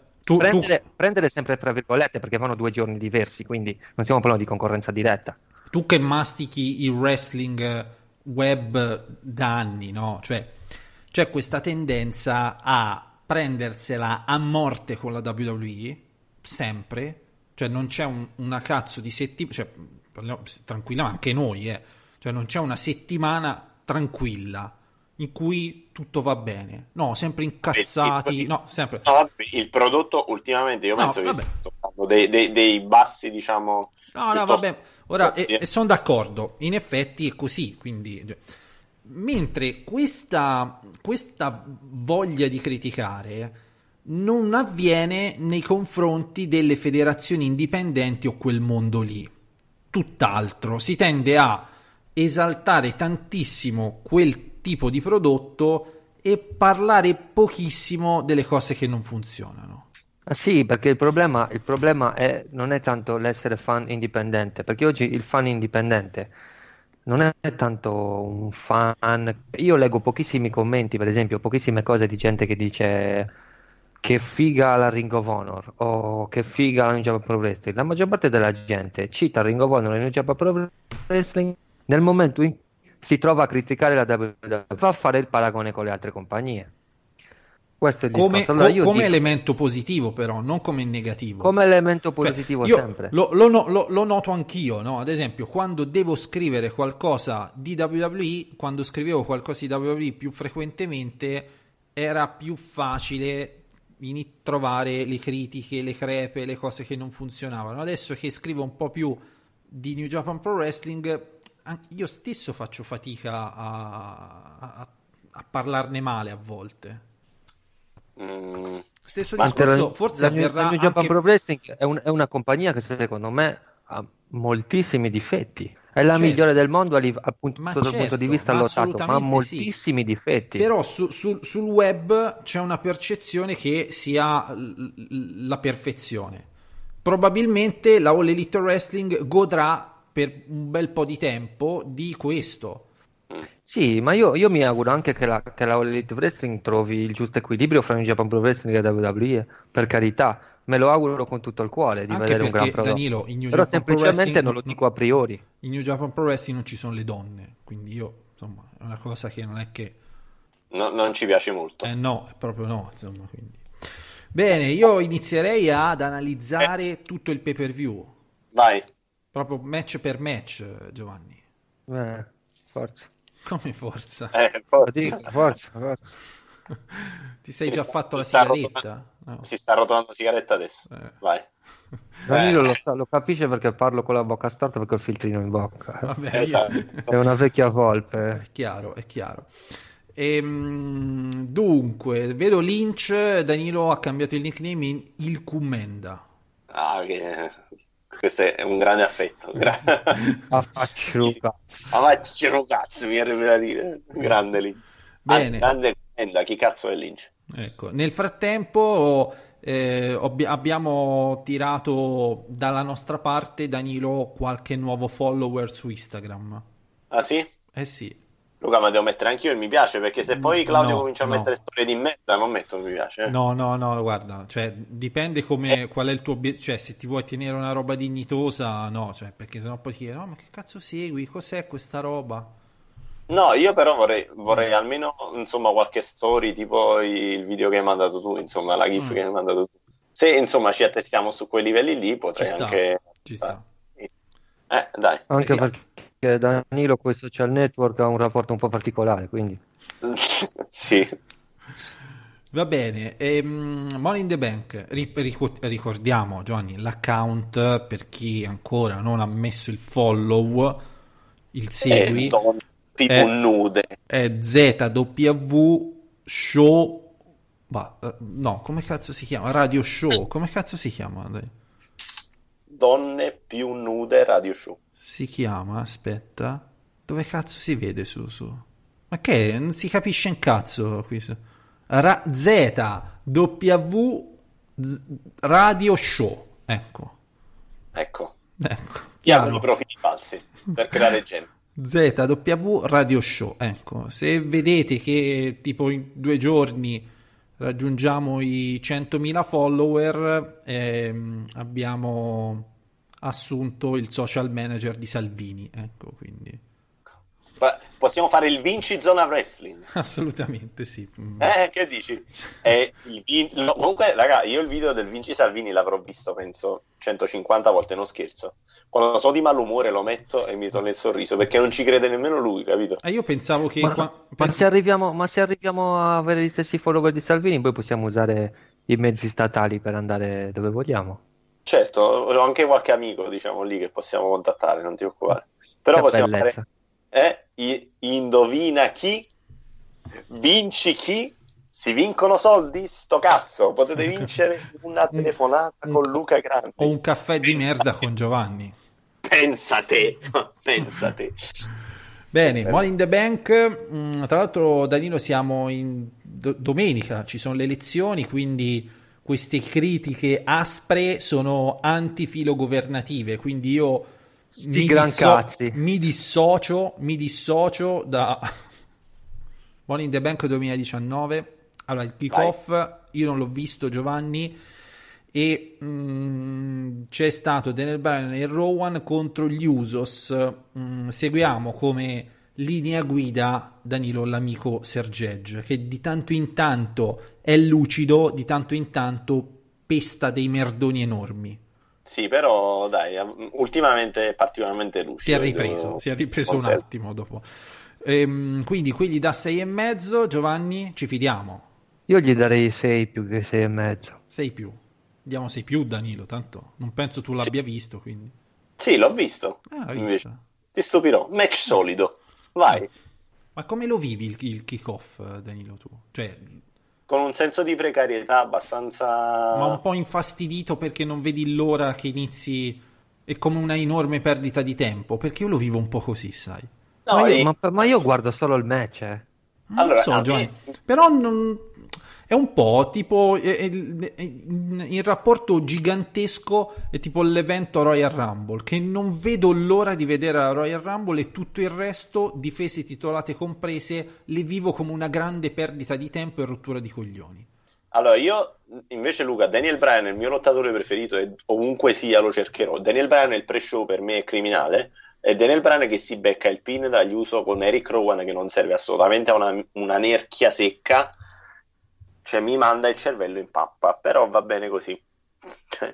G: prendere sempre tra virgolette perché vanno 2 giorni diversi, quindi non stiamo parlando di concorrenza diretta.
E: Tu che mastichi il wrestling web da anni, no? Cioè, c'è questa tendenza a prendersela a morte con la WWE, sempre, cioè non c'è una cazzo di settimana, cioè, parliamo tranquilla, ma anche noi, cioè non c'è una settimana tranquilla in cui tutto va bene, no, sempre incazzati, no, sempre.
F: No, il prodotto ultimamente io penso che stia toccando dei bassi, diciamo.
E: No, vabbè, ora e sono d'accordo, in effetti è così, quindi mentre questa voglia di criticare non avviene nei confronti delle federazioni indipendenti o quel mondo lì, tutt'altro, si tende a esaltare tantissimo quel tipo di prodotto e parlare pochissimo delle cose che non funzionano.
G: Sì, perché il problema non è tanto l'essere fan indipendente, perché oggi il fan indipendente non è tanto un fan. Io leggo pochissimi commenti, per esempio, pochissime cose di gente che dice che figa la Ring of Honor o che figa la New Japan Pro Wrestling, la maggior parte della gente cita Ring of Honor e New Japan Pro Wrestling nel momento in cui si trova a criticare la WWE, va a fare il paragone con le altre compagnie. Questo è il
E: come,
G: discorso. Allora io
E: come
G: dico,
E: elemento positivo, però non come negativo.
G: come elemento positivo
E: io
G: sempre.
E: lo noto anch'io, no? Ad esempio, quando devo scrivere qualcosa di WWE, quando scrivevo qualcosa di WWE più frequentemente, era più facile trovare le critiche, le crepe, le cose che non funzionavano. Adesso che scrivo un po' più di New Japan Pro Wrestling, io stesso faccio fatica a parlarne male a volte. Stesso discorso, forse avverrà
G: la New Japan
E: anche...
G: Pro Wrestling è una compagnia che secondo me ha moltissimi difetti. È la migliore del mondo appunto dal punto di vista lottato, ma ha moltissimi difetti.
E: Però sul web c'è una percezione che sia la perfezione. Probabilmente la All Elite Wrestling godrà per un bel po' di tempo di questo.
G: Sì, ma io mi auguro anche che la All Elite Wrestling trovi il giusto equilibrio fra New Japan Pro Wrestling e WWE, per carità, me lo auguro con tutto il cuore di
E: Anche
G: vedere un gran
E: perché,
G: prodotto.
E: Danilo, in New
G: Però
E: Japan Pro
G: semplicemente
E: Wrestling
G: non lo dico a priori.
E: In New Japan Pro Wrestling non ci sono le donne, quindi io, insomma, è una cosa che non è che...
F: non ci piace molto.
E: No, è proprio no, insomma, quindi... Bene, io inizierei ad analizzare tutto il pay-per-view.
F: Vai.
E: Proprio match per match, Giovanni.
G: Forza.
E: Come forza?
G: Forza.
E: Ti sei già fatto la sigaretta? No.
F: Si sta rotolando la sigaretta adesso. Vai.
G: Danilo lo capisce perché parlo con la bocca storta perché ho il filtrino in bocca.
E: Vabbè,
F: esatto.
G: È una vecchia volpe.
E: È chiaro. Dunque, vedo Lynch, Danilo ha cambiato il nickname in Il Commenda.
F: Questo è un grande affetto.
G: Faccio
F: cazzo, mi arriva da dire. Grande Lynch.
E: Bene.
F: Anzi, grande Commenda, chi cazzo è Lynch?
E: Ecco, nel frattempo abbiamo tirato dalla nostra parte, Danilo, qualche nuovo follower su Instagram.
F: Ah sì?
E: Eh sì.
F: Luca, ma devo mettere anch'io il mi piace, perché se poi Claudio comincia a mettere storie di merda, non metto il mi piace.
E: No, guarda, cioè dipende qual è il tuo obiettivo, cioè se ti vuoi tenere una roba dignitosa, no, cioè perché sennò poi ti chiedi, no, ma che cazzo segui, cos'è questa roba?
F: No, io però vorrei almeno, insomma, qualche story, tipo il video che hai mandato tu, insomma, la GIF che hai mandato tu. Se, insomma, ci attestiamo su quei livelli lì, potrei
E: Ci sta.
F: Dai.
G: Anche perché Danilo con i social network ha un rapporto un po' particolare, quindi...
F: Sì.
E: Va bene, Money in the Bank, ricordiamo, Giovanni, l'account, per chi ancora non ha messo il follow, il segui,
F: tipo nude.
E: è ZW Show, no, come cazzo si chiama? Radio Show, come cazzo si chiama? Dai.
F: Donne più nude Radio Show.
E: Si chiama, aspetta, dove cazzo si vede su? Ma che? Non si capisce un cazzo qui su. ZW Radio Show, ecco.
F: Chi hanno i profili falsi per creare gente.
E: ZW Radio Show, ecco. Se vedete che tipo in 2 giorni raggiungiamo i 100.000 follower, abbiamo assunto il social manager di Salvini, ecco, quindi
F: possiamo fare il Vinci Zona Wrestling.
E: Assolutamente sì.
F: Che dici? Comunque, raga, io il video del Vinci Salvini l'avrò visto penso 150 volte, non scherzo. Quando so di malumore lo metto e mi torna il sorriso, perché non ci crede nemmeno lui, capito?
E: Io pensavo che
G: ma se arriviamo a avere gli stessi follower di Salvini, poi possiamo usare i mezzi statali per andare dove vogliamo.
F: Certo, ho anche qualche amico, diciamo, lì che possiamo contattare, non ti preoccupare. Però
G: che
F: possiamo
G: bellezza.
F: fare indovina chi, vinci chi, si vincono soldi, sto cazzo, potete vincere una telefonata con Luca Grandi
E: o un caffè di merda con Giovanni.
F: Pensate.
E: Bene, Money in the Bank, tra l'altro Danilo siamo in domenica, ci sono le elezioni, quindi queste critiche aspre sono antifilogovernative, quindi io mi dissocio da Money in the Bank 2019, Allora, il kick-off io non l'ho visto, Giovanni, e c'è stato Daniel Bryan e Rowan contro gli Usos. Seguiamo come linea guida Danilo l'amico Sergej, che di tanto in tanto è lucido, di tanto in tanto pesta dei merdoni enormi.
F: Sì, però dai, ultimamente è particolarmente lucido.
E: Si è ripreso un attimo dopo. Quindi quelli da 6,5, Giovanni, ci fidiamo?
G: Io gli darei 6 più che 6,5.
E: 6 più. Diamo 6 più, Danilo, tanto non penso tu l'abbia visto, quindi.
F: Sì, l'ho visto.
E: L'hai
F: Invece,
E: visto.
F: ti stupirò. Match solido. Vai.
E: Ma come lo vivi il kick-off, Danilo, tu? Cioè,
F: Con un senso di precarietà abbastanza...
E: ma un po' infastidito perché non vedi l'ora che inizi, è come una enorme perdita di tempo, perché io lo vivo un po' così, sai.
F: No,
G: Ma io guardo solo il match,
F: Allora,
E: non so, Giovanni, però è un po' tipo il rapporto gigantesco è tipo l'evento Royal Rumble, che non vedo l'ora di vedere la Royal Rumble, e tutto il resto, difese titolate comprese, le vivo come una grande perdita di tempo e rottura di coglioni.
F: Allora, io invece, Luca, Daniel Bryan è il mio lottatore preferito e ovunque sia lo cercherò. Daniel Bryan nel pre-show per me è criminale, e Daniel Bryan che si becca il pin dagli Uso con Eric Rowan, che non serve assolutamente a una nerchia secca, cioè mi manda il cervello in pappa, però va bene così. Cioè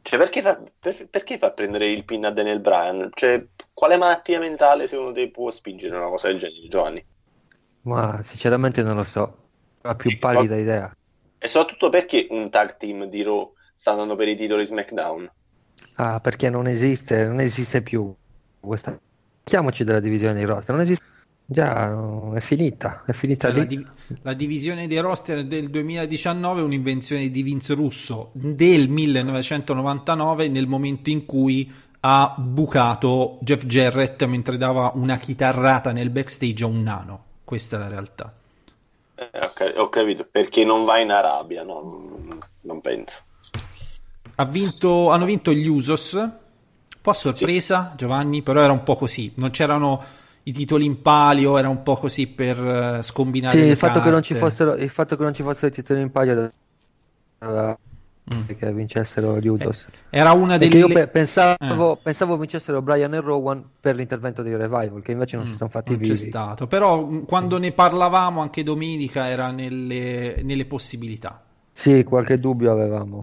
F: perché fa prendere il pin a Daniel Bryan? Cioè, quale malattia mentale secondo te può spingere una cosa del genere, Giovanni?
G: Ma sinceramente non lo so, la più pallida idea.
F: E soprattutto perché un tag team di Raw sta andando per i titoli SmackDown?
G: Ah, perché non esiste più questa. Chiamoci della divisione dei roster, non esiste. Già, è finita
E: Cioè,
G: lì.
E: la divisione dei roster del 2019 è un'invenzione di Vince Russo del 1999, nel momento in cui ha bucato Jeff Jarrett mentre dava una chitarrata nel backstage a un nano. Questa è la realtà.
F: Ho capito, perché non va in Arabia, no? Non penso.
E: Hanno vinto gli Usos, un po' a sorpresa, sì. Giovanni, però era un po' così, non c'erano i titoli in palio, era un po' così per scombinare le
G: il fatto
E: carte.
G: Che non ci fossero i titoli in palio che vincessero gli Usos.
E: Era una delle...
G: Io pensavo vincessero Bryan e Rowan per l'intervento dei Revival, che invece non si sono fatti vivi.
E: C'è stato, però quando ne parlavamo anche domenica era nelle possibilità.
G: Sì, qualche dubbio avevamo.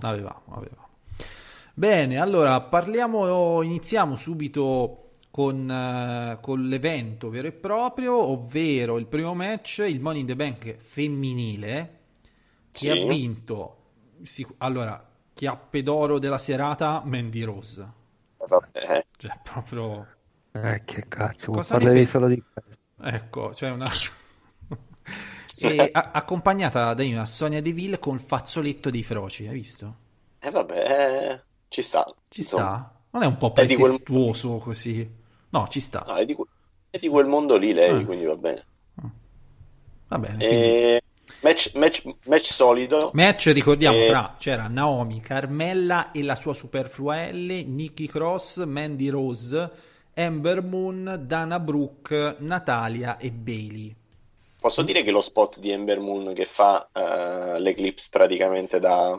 E: Bene, allora iniziamo subito con l'evento vero e proprio, ovvero il primo match, il Money in the Bank femminile,
F: sì.
E: Che ha vinto allora, chiappe d'oro della serata, Mandy Rose. Cioè, proprio...
G: che cazzo, parlerei solo di questo.
E: Ecco, c'è una... e accompagnata da una Sonia Deville con il fazzoletto dei feroci, hai visto?
F: Ci sta.
E: Ci sta? Non è un po' pretestuoso così? No, ci sta.
F: No, è di quel mondo lì lei, quindi va bene.
E: Va bene.
F: Match solido.
E: Match, ricordiamo, c'era Naomi, Carmella e la sua superfluelle, Nikki Cross, Mandy Rose, Ember Moon, Dana Brooke, Natalia e Bayley.
F: Posso dire che lo spot di Ember Moon che fa l'Eclipse praticamente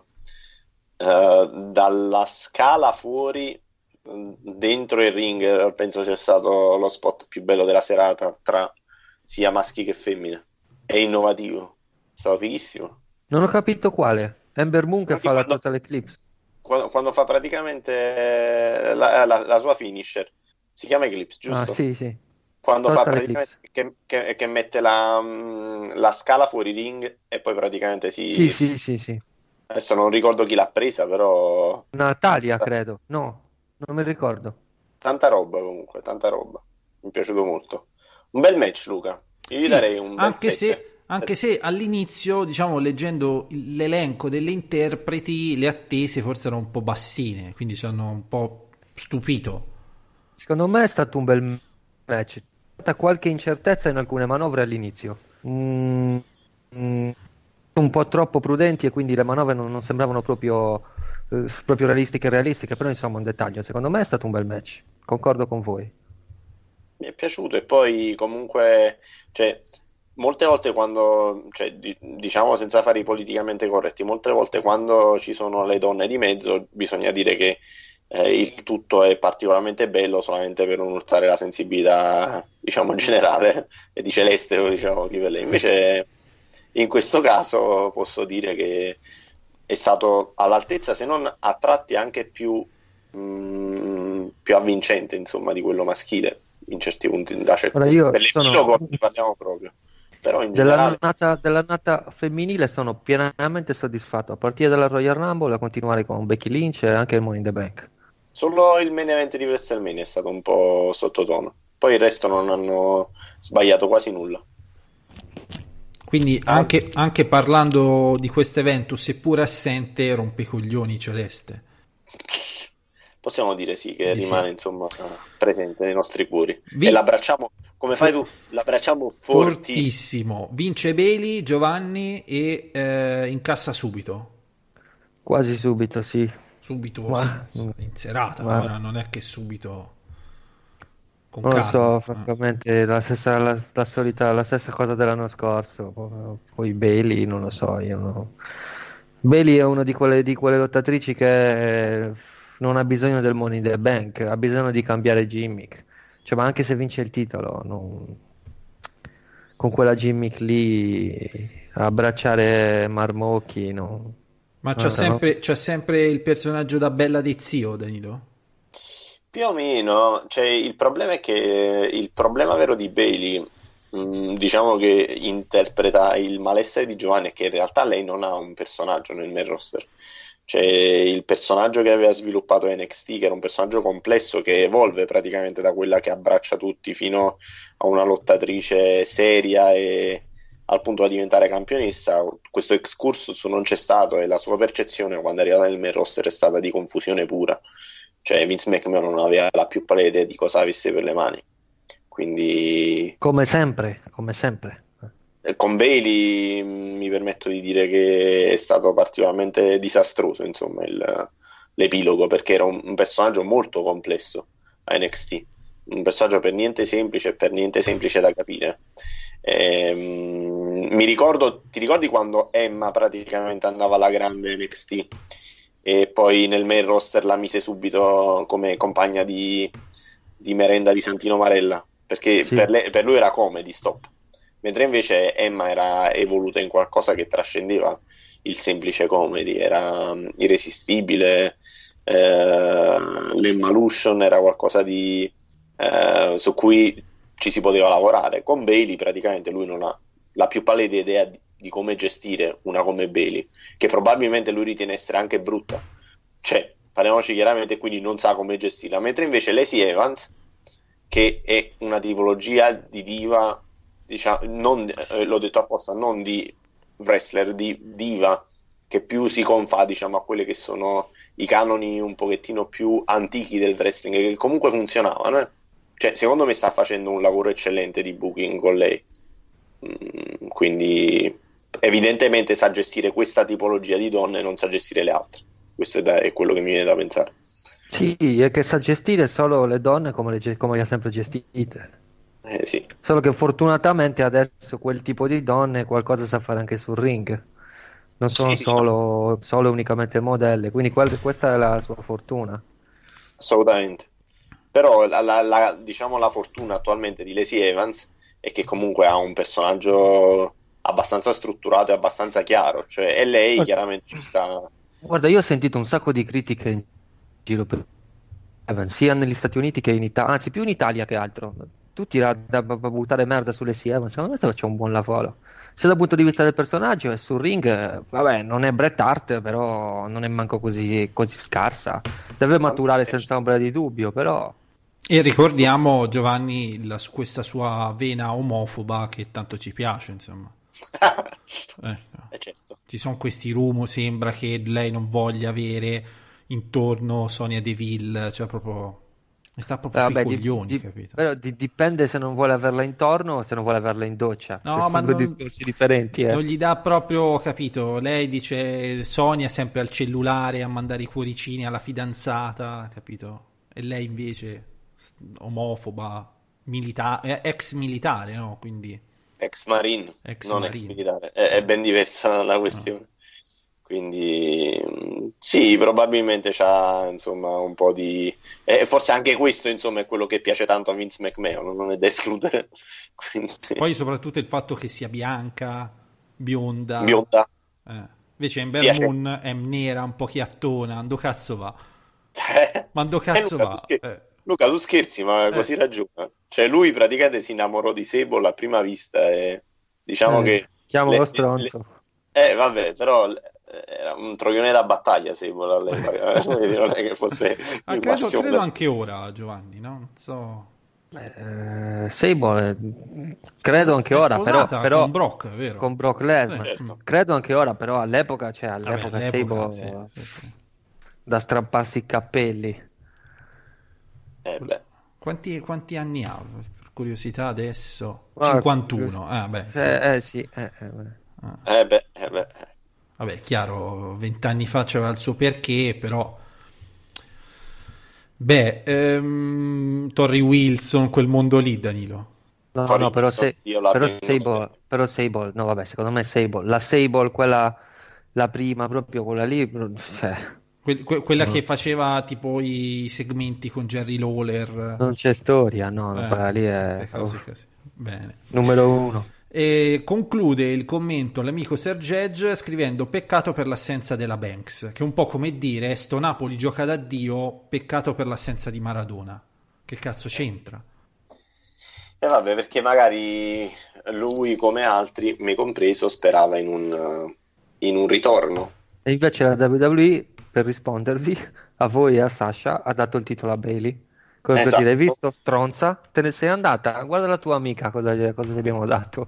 F: dalla scala fuori dentro il ring, penso sia stato lo spot più bello della serata tra sia maschi che femmine. È innovativo, è stato fighissimo.
G: Non ho capito quale. Ember Moon che fa la Total Eclipse
F: quando fa praticamente la sua finisher, si chiama Eclipse, giusto?
G: Ah, sì.
F: Quando
G: Total
F: fa praticamente che mette la scala fuori ring e poi praticamente
G: sì.
F: Adesso non ricordo chi l'ha presa, però
G: Natalia credo, no, non mi ricordo.
F: Tanta roba comunque, tanta roba. Mi è piaciuto molto. Un bel match, Luca. Io gli darei un bel
E: anche se all'inizio, diciamo, leggendo l'elenco delle interpreti, le attese forse erano un po' bassine, quindi ci hanno un po' stupito.
G: Secondo me è stato un bel match. C'è stata qualche incertezza in alcune manovre all'inizio. Un po' troppo prudenti e quindi le manovre non sembravano proprio realistiche, però insomma un dettaglio. Secondo me è stato un bel match, concordo con voi.
F: Mi è piaciuto, e poi comunque, cioè, molte volte quando, cioè, diciamo senza fare i politicamente corretti, molte volte quando ci sono le donne di mezzo bisogna dire che il tutto è particolarmente bello solamente per non urtare la sensibilità, diciamo, generale e di Celeste, o diciamo chi per lei. Invece in questo caso posso dire che è stato all'altezza, se non a tratti anche più avvincente, insomma, di quello maschile in certi punti.
G: Ora io
F: Dell'epilogo ne parliamo proprio. Però in generale...
G: dell'annata femminile sono pienamente soddisfatto, a partire dalla Royal Rumble a continuare con Becky Lynch e anche il Money in the Bank.
F: Solo il main event di WrestleMania è stato un po' sottotono, poi il resto non hanno sbagliato quasi nulla.
E: Quindi anche parlando di questo evento, seppur assente, rompe i coglioni Celeste.
F: Possiamo dire sì, che
E: Sì.
F: rimane insomma presente nei nostri cuori. E l'abbracciamo, come fai tu? L'abbracciamo fortissimo.
E: Vince Bayley, Giovanni, e incassa subito.
G: Quasi subito, sì.
E: Subito, sì, in serata.
G: Guarda.
E: Non è che subito con
G: Non lo
E: calma.
G: so, francamente, la stessa cosa dell'anno scorso. Poi Bailey, non lo so, io no. Bailey è una di quelle lottatrici che non ha bisogno del Money in the Bank, ha bisogno di cambiare gimmick. Cioè, ma anche se vince il titolo, con quella gimmick lì, abbracciare marmocchi, no.
E: Ma c'è sempre il personaggio da bella di zio, Danilo?
F: Più o meno, cioè, il problema è che il problema vero di Bailey, diciamo che interpreta il malessere di Giovanni, è che in realtà lei non ha un personaggio nel main roster. Cioè, il personaggio che aveva sviluppato NXT, che era un personaggio complesso che evolve praticamente da quella che abbraccia tutti fino a una lottatrice seria e al punto da diventare campionessa, questo excursus non c'è stato e la sua percezione quando è arrivata nel main roster è stata di confusione pura. Cioè Vince McMahon non aveva la più pallida idea di cosa avesse per le mani, quindi
G: Come sempre.
F: con Bailey mi permetto di dire che è stato particolarmente disastroso, insomma, l'epilogo, perché era un personaggio molto complesso a NXT, un personaggio per niente semplice da capire. Ti ricordi quando Emma praticamente andava alla grande NXT e poi nel main roster la mise subito come compagna di merenda di Santino Marella, perché
G: Sì.
F: per lui era comedy stop, mentre invece Emma era evoluta in qualcosa che trascendeva il semplice comedy, era irresistibile. L'Emmalution era qualcosa di su cui ci si poteva lavorare. Con Bailey praticamente lui non ha la più pallida idea di come gestire una come Bailey, che probabilmente lui ritiene essere anche brutta, cioè parliamoci chiaramente, quindi non sa come gestirla, mentre invece Lacey Evans, che è una tipologia di diva, diciamo, non, l'ho detto apposta, non di wrestler, di diva, che più si confà, diciamo, a quelle che sono i canoni un pochettino più antichi del wrestling, che comunque funzionavano, Cioè, secondo me sta facendo un lavoro eccellente di booking con lei. Quindi evidentemente sa gestire questa tipologia di donne e non sa gestire le altre. Questo è quello che mi viene da pensare.
G: Sì, è che sa gestire solo le donne come le ha sempre gestite.
F: Sì.
G: Solo che fortunatamente adesso quel tipo di donne qualcosa sa fare anche sul ring. Non sono
F: Sì.
G: solo unicamente modelle, quindi questa è la sua fortuna.
F: Assolutamente. Però diciamo la fortuna attualmente di Lacey Evans è che comunque ha un personaggio abbastanza strutturato e abbastanza chiaro, cioè, e lei chiaramente ci sta.
G: Guarda, io ho sentito un sacco di critiche in giro per Evans, sia negli Stati Uniti che in Italia, anzi più in Italia che altro. Tutti da buttare merda sulle Evans, secondo me faccia un buon lavoro. Sia dal punto di vista del personaggio e sul ring, vabbè, non è Bret Hart, però non è manco così scarsa. Deve maturare senza ombra di dubbio, però.
E: E ricordiamo, Giovanni, questa sua vena omofoba che tanto ci piace, insomma.
F: Certo.
E: Ci sono questi rumor, sembra che lei non voglia avere intorno Sonia Deville, cioè proprio mi sta proprio sui coglioni, capito?
G: Però dipende se non vuole averla intorno o se non vuole averla in doccia.
E: No, ma
G: sono due discorsi differenti.
E: Non gli dà proprio, capito? Lei dice Sonia è sempre al cellulare a mandare i cuoricini alla fidanzata, capito? E lei invece omofoba, ex militare, no? Quindi
F: Ex Marine,
E: Ex
F: non
E: Marine.
F: ex militare, è ben diversa la questione. Quindi sì, probabilmente c'ha insomma un po' di... forse anche questo insomma è quello che piace tanto a Vince McMahon, non è da escludere. Quindi...
E: Poi soprattutto il fatto che sia bianca, bionda.
F: Bionda.
E: Invece Ember
F: Piace.
E: Moon è nera, un po' chiattona, ando cazzo va? Ma ando cazzo
F: Luca,
E: va?
F: Luca, tu scherzi, ma così ragiona. Cioè lui praticamente si innamorò di Sable a prima vista e diciamo che...
G: Chiamo lo stronzo.
F: Vabbè, però era un troione da battaglia Sable all'epoca. Quindi non è che fosse il massimo
E: credo anche ora, Giovanni, no? Non so.
G: Sable, credo anche
E: È
G: ora,
E: sposata
G: però
E: con Brock, vero?
G: con Brock Lesnar.
F: Certo.
G: Credo anche ora, però all'epoca
E: Vabbè,
G: Sable
E: sì.
G: da strapparsi i cappelli.
F: Beh.
E: Quanti anni ha? Per curiosità adesso?
G: Ah,
E: 51. Beh,
G: sì.
F: Beh.
E: Vabbè, chiaro, 20 anni fa c'aveva il suo perché, però... Beh, Torrie Wilson, quel mondo lì, Danilo.
G: No, però
F: Sable,
G: Sable, no vabbè, secondo me Sable, la Sable, quella, la prima, proprio quella lì, cioè...
E: Quella che faceva tipo i segmenti con Jerry Lawler.
G: Non c'è storia, no, quella lì è
E: così. Bene.
G: numero 1.
E: E conclude il commento l'amico Sergej scrivendo: peccato per l'assenza della Banks, che è un po' come dire sto Napoli gioca da Dio, peccato per l'assenza di Maradona. Che cazzo c'entra?
F: Vabbè, perché magari lui come altri, me compreso, sperava in un ritorno.
G: E invece la WWE, per rispondervi a voi e a Sasha, ha dato il titolo a Bailey. Come per dire, hai visto, stronza? Te ne sei andata? Guarda la tua amica cosa gli abbiamo dato.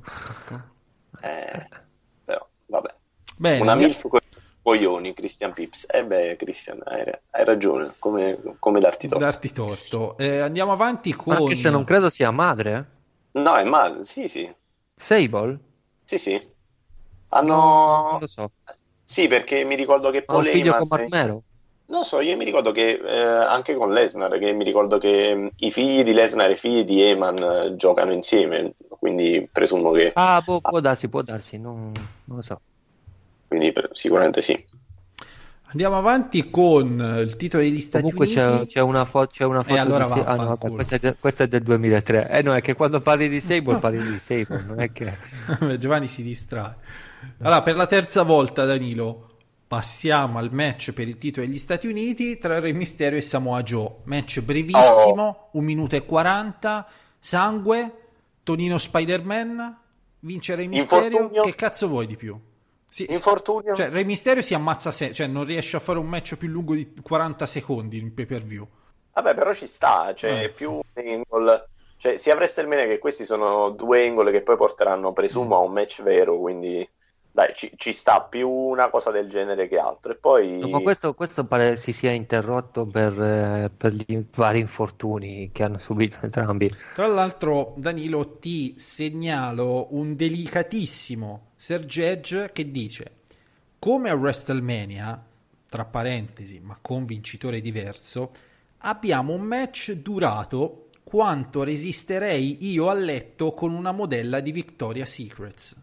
F: Però, vabbè.
E: Bene,
F: una milf con i coglioni, Christian Pips. Christian, hai ragione, come darti torto.
E: Darti torto. Andiamo avanti con...
G: Anche se non credo sia madre.
F: No, è madre, sì.
G: Sable?
F: Sì.
G: Non lo so.
F: Sì, perché mi ricordo che
G: Ha un figlio con Marmero?
F: Non so, io mi ricordo che anche con Lesnar, che mi ricordo che i figli di Lesnar e i figli di Heyman giocano insieme, quindi presumo che...
G: può darsi, non lo so.
F: Quindi sicuramente sì.
E: Andiamo avanti con il titolo degli Stati
G: Uniti.
E: Uniti.
G: C'è una foto
E: allora
G: di Sable. Questa è del 2003. No, è che quando parli di Sable parli di Sable, non è che...
E: Giovanni si distrae. Allora, per la terza volta, Danilo, passiamo al match per il titolo degli Stati Uniti tra Re Mysterio e Samoa Joe. Match brevissimo, 1 minuto e 40, sangue, Tonino Spider-Man, vince Re Mysterio.
F: Infortunio.
E: Che cazzo vuoi di più?
F: Infortunio.
E: Cioè, Re Mysterio si ammazza cioè non riesce a fare un match più lungo di 40 secondi in pay-per-view.
F: Vabbè, però ci sta, cioè più angle. Cioè, sia WrestleMania che questi sono 2 angle che poi porteranno, presumo, a un match vero, quindi dai, ci sta più una cosa del genere che altro. E poi...
G: No, ma questo pare si sia interrotto per gli vari infortuni che hanno subito entrambi.
E: Tra l'altro, Danilo, ti segnalo un delicatissimo Sergej che dice: come a WrestleMania, tra parentesi, ma con vincitore diverso, abbiamo un match durato quanto resisterei io a letto con una modella di Victoria's Secrets.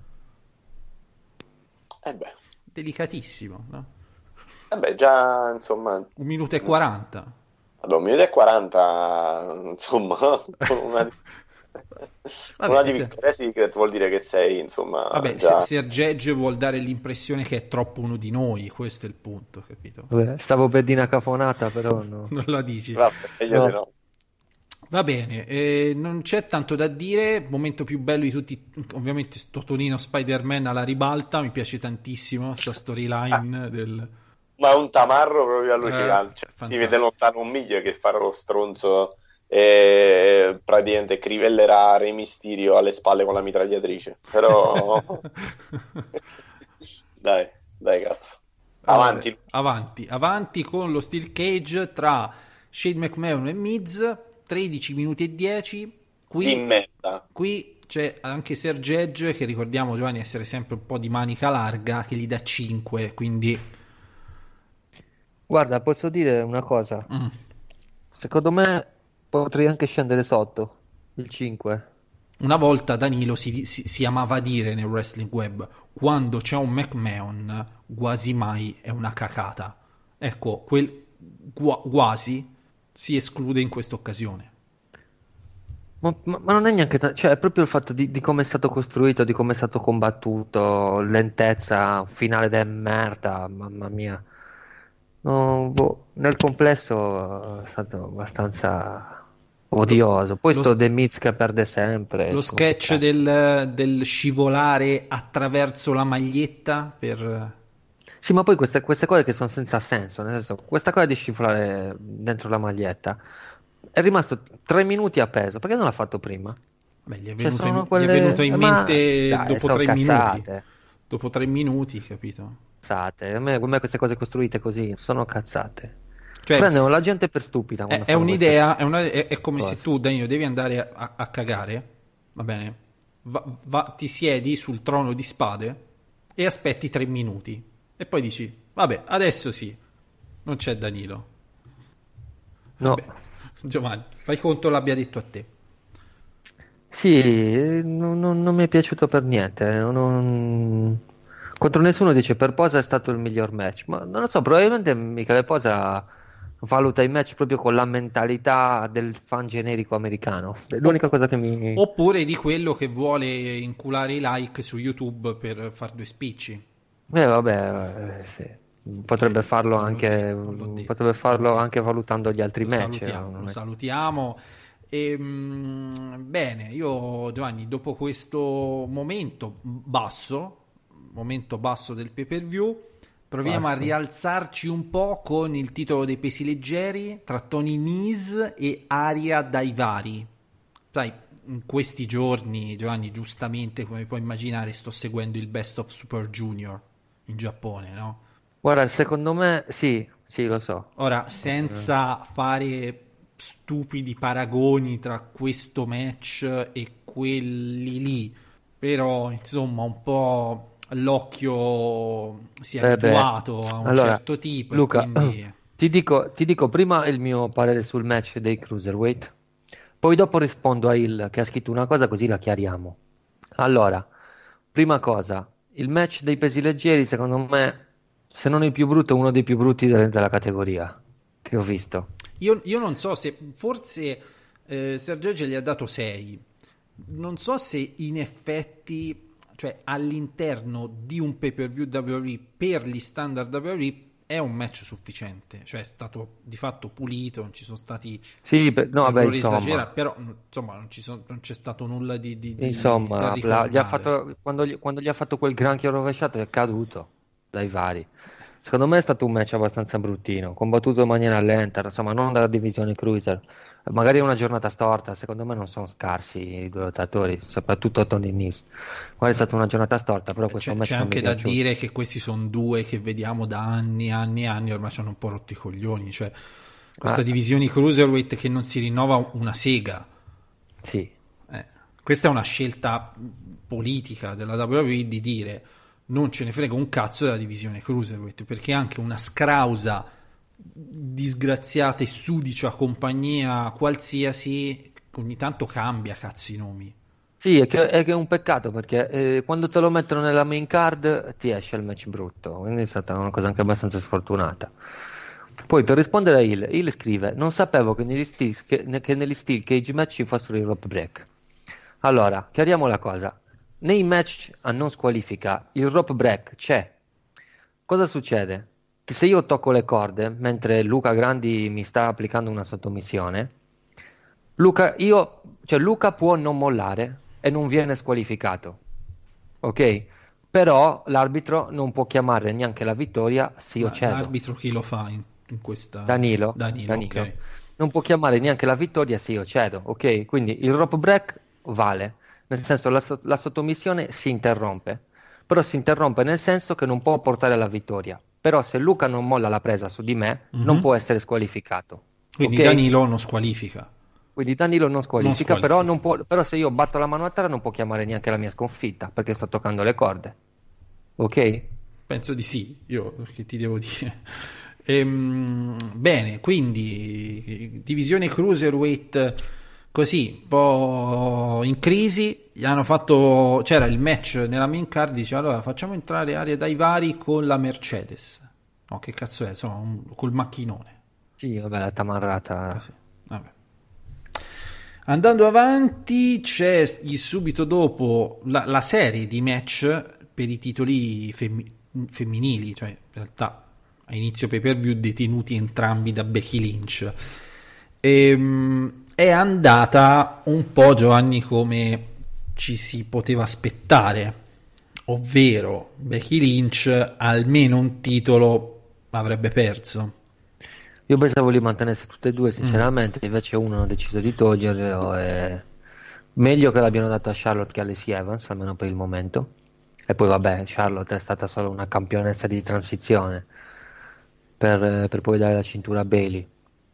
E: Delicatissimo, no?
F: Già, insomma...
E: 1 minuto e 40.
F: Vabbè, 1 minuto e 40, insomma, una di Victoria's Secret vuol dire che sei, insomma...
E: Vabbè,
F: già...
E: Sergej vuol dare l'impressione che è troppo uno di noi, questo è il punto, capito?
G: Vabbè, stavo per dire una cafonata, però no.
E: Non la dici.
F: Vabbè, no.
E: Va bene, non c'è tanto da dire. Momento più bello di tutti, ovviamente, sto Tonino Spider-Man alla ribalta. Mi piace tantissimo sta storyline del...
F: Ma è un tamarro proprio allucinante. Si vede lontano un miglio che farà lo stronzo e praticamente crivellerà Re Mysterio alle spalle con la mitragliatrice. Però dai cazzo.
E: Avanti con lo Steel Cage tra Shane McMahon e Miz. 13 minuti e 10. Qui c'è anche Sergej, che ricordiamo, Giovanni, essere sempre un po' di manica larga, che gli dà 5, quindi...
G: Guarda, posso dire una cosa? Secondo me potrei anche scendere sotto il 5.
E: una volta Danilo si amava dire nel wrestling web: quando c'è un McMahon quasi mai è una cacata. Ecco, quel quasi si esclude in questa occasione.
G: Ma non è neanche cioè è proprio il fatto di come è stato costruito, di come è stato combattuto, lentezza, finale de merda, mamma mia. No, nel complesso è stato abbastanza odioso. Poi sto The Miz che perde sempre.
E: Lo sketch del scivolare attraverso la maglietta per...
G: Sì, ma poi queste cose che sono senza senso, nel senso, questa cosa di scivolare dentro la maglietta è rimasto 3 minuti a peso, perché non l'ha fatto prima?
E: Beh, gli è
G: Cioè,
E: venuto,
G: sono
E: gli è venuto in mente
G: dai,
E: dopo
G: sono
E: 3
G: cazzate.
E: minuti. Dopo 3 minuti, capito?
G: Cazzate. A me queste cose costruite così sono cazzate.
E: Cioè,
G: prendono la gente per stupida quando
E: è
G: fanno
E: un'idea, è come
G: cose.
E: se tu, Danilo, devi andare a cagare, va bene? Ti siedi sul trono di spade e aspetti 3 minuti. E poi dici, vabbè, adesso sì, non c'è Danilo.
G: No.
E: Vabbè. Giovanni, fai conto l'abbia detto a te.
G: Sì, non mi è piaciuto per niente. Contro nessuno dice per Posa è stato il miglior match, ma non lo so, probabilmente Michele Posa valuta i match proprio con la mentalità del fan generico americano. È l'unica cosa che mi...
E: Oppure di quello che vuole inculare i like su YouTube per far 2 spicci.
G: Vabbè, sì. Potrebbe farlo anche valutando gli altri match.
E: Lo salutiamo. Bene, io Giovanni, dopo questo momento basso del pay-per-view, proviamo a rialzarci un po' con il titolo dei pesi leggeri tra Tony Nese e Aria Daivari. Sai, in questi giorni, Giovanni, giustamente, come puoi immaginare, sto seguendo il Best of Super Junior in Giappone, no?
G: Guarda, secondo me sì, lo so.
E: Ora, senza fare stupidi paragoni tra questo match e quelli lì, però insomma un po' l'occhio si è abituato a un certo tipo.
G: Luca,
E: e quindi...
G: ti dico prima il mio parere sul match dei Cruiserweight, poi dopo rispondo a Il che ha scritto una cosa, così la chiariamo. Allora, prima cosa, il match dei pesi leggeri secondo me, se non il più brutto, è uno dei più brutti della categoria che ho visto.
E: Io non so se forse Sergio gli ha dato 6. Non so se in effetti, cioè all'interno di un pay-per-view WWE per gli standard WWE è un match sufficiente, cioè è stato di fatto pulito, non ci sono stati errori esagerati, però insomma non c'è stato nulla di
G: insomma quando gli ha fatto quel granchio rovesciato è caduto dai vari. Secondo me è stato un match abbastanza bruttino, combattuto in maniera lenta, insomma non dalla divisione cruiser. Magari è una giornata storta, secondo me non sono scarsi i 2 lottatori, soprattutto Tony Nese. Magari è stata una giornata storta, però questo match
E: c'è anche da dire che questi sono 2 che vediamo da anni, ormai ci hanno un po' rotto i coglioni, cioè questa divisione cruiserweight che non si rinnova una sega.
G: Sì.
E: Questa è una scelta politica della WWE di dire non ce ne frega un cazzo della divisione cruiserweight, perché anche una scrausa disgraziata e sudicia compagnia qualsiasi ogni tanto cambia cazzo i nomi.
G: Sì, è che è un peccato perché quando te lo mettono nella main card ti esce il match brutto, quindi è stata una cosa anche abbastanza sfortunata. Poi per rispondere a Il scrive: non sapevo che negli steel cage match ci fossero i rope break. Allora, chiariamo la cosa. Nei match a non squalifica il rope break c'è. Cosa succede? Che se io tocco le corde mentre Luca Grandi mi sta applicando una sottomissione, Luca può non mollare e non viene squalificato, ok? Però l'arbitro non può chiamare neanche la vittoria se io cedo.
E: L'arbitro chi lo fa in questa?
G: Danilo.
E: Okay.
G: Non può chiamare neanche la vittoria se io cedo, ok? Quindi il rope break vale, nel senso la sottomissione si interrompe, però si interrompe nel senso che non può portare alla vittoria. Però se Luca non molla la presa su di me, non può essere squalificato.
E: Quindi
G: okay?
E: Danilo non squalifica.
G: Però se io batto la mano a terra non può chiamare neanche la mia sconfitta, perché sto toccando le corde. Ok?
E: Penso di sì, io che ti devo dire. Bene, quindi divisione cruiserweight così, un po' in crisi, gli hanno fatto, c'era il match nella main card, dice allora facciamo entrare Aria Daivari con la Mercedes. No, che cazzo è? Insomma, col macchinone.
G: Sì, vabbè, la tamarrata.
E: Ah, sì. Vabbè. Andando avanti, c'è subito dopo la serie di match per i titoli femminili, cioè in realtà a inizio pay-per-view detenuti entrambi da Becky Lynch. È andata un po', Giovanni, come ci si poteva aspettare, ovvero Becky Lynch almeno un titolo avrebbe perso.
G: Io pensavo li mantenesse tutte e due, sinceramente, invece uno hanno deciso di toglierlo. E meglio che l'abbiano dato a Charlotte che a Lacey Evans, almeno per il momento. E poi vabbè, Charlotte è stata solo una campionessa di transizione per poi dare la cintura a Bayley.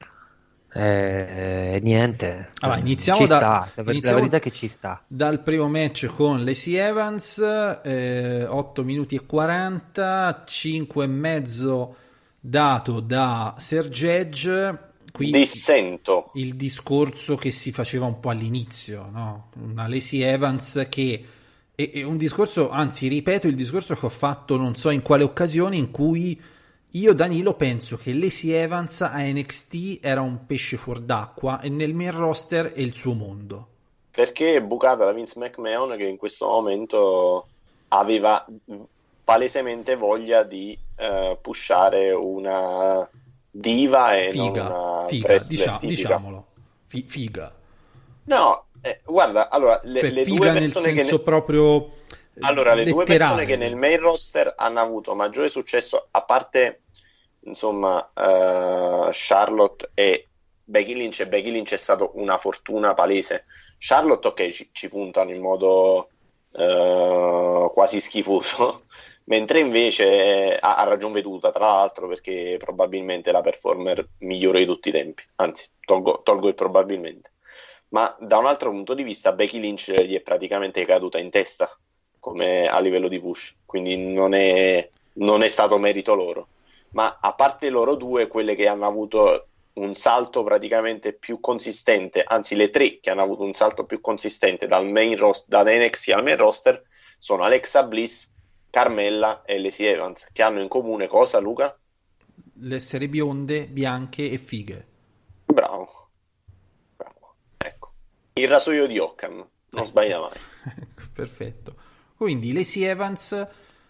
G: E niente,
E: allora, iniziamo
G: la verità è che ci sta.
E: Dal primo match con Lacey Evans, 8 minuti e 40, 5 e mezzo dato da Serge Edge. Quindi
F: dissento
E: il discorso che si faceva un po' all'inizio, no? Una Lacey Evans che è un discorso, anzi ripeto il discorso che ho fatto non so in quale occasione, in cui io, Danilo, penso che Lacey Evans a NXT era un pesce fuor d'acqua e nel main roster è il suo mondo.
F: Perché è bucata da Vince McMahon, che in questo momento aveva palesemente voglia di pushare una diva e
E: figa,
F: non una
E: figa,
F: diciamolo.
E: Figa.
F: No, guarda, allora le due persone
E: nel senso proprio
F: allora le due
E: letterale.
F: persone che nel main roster hanno avuto maggiore successo, a parte insomma Charlotte e Becky Lynch, e Becky Lynch è stato una fortuna palese. Charlotte, ok, ci puntano in modo quasi schifoso, mentre invece ha ragion veduta, tra l'altro, perché probabilmente è la performer migliore di tutti i tempi, anzi tolgo il probabilmente, ma da un altro punto di vista Becky Lynch gli è praticamente caduta in testa come a livello di push, quindi non è stato merito loro. Ma a parte loro due, quelle che hanno avuto un salto praticamente più consistente, anzi le tre che hanno avuto un salto più consistente da NXT al main roster, sono Alexa Bliss, Carmella e Lacey Evans, che hanno in comune cosa, Luca?
E: L'essere bionde, bianche e fighe.
F: Bravo, ecco, il rasoio di Occam, non sbaglia mai.
E: Perfetto. Quindi Lacey Evans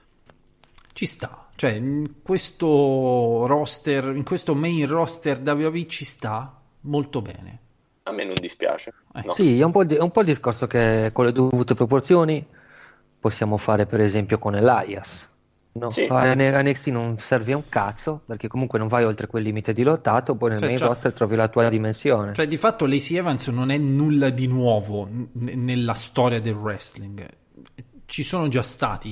E: ci sta, cioè in questo roster, in questo main roster WWE ci sta molto bene.
F: A me non dispiace. No.
G: Sì, è un po' il discorso che con le dovute proporzioni possiamo fare per esempio con Elias. No?
F: Sì.
G: A NXT non serve a un cazzo, perché comunque non vai oltre quel limite dilottato, poi nel main roster trovi la tua dimensione.
E: Cioè di fatto Lacey Evans non è nulla di nuovo nella storia del wrestling. Ci sono già state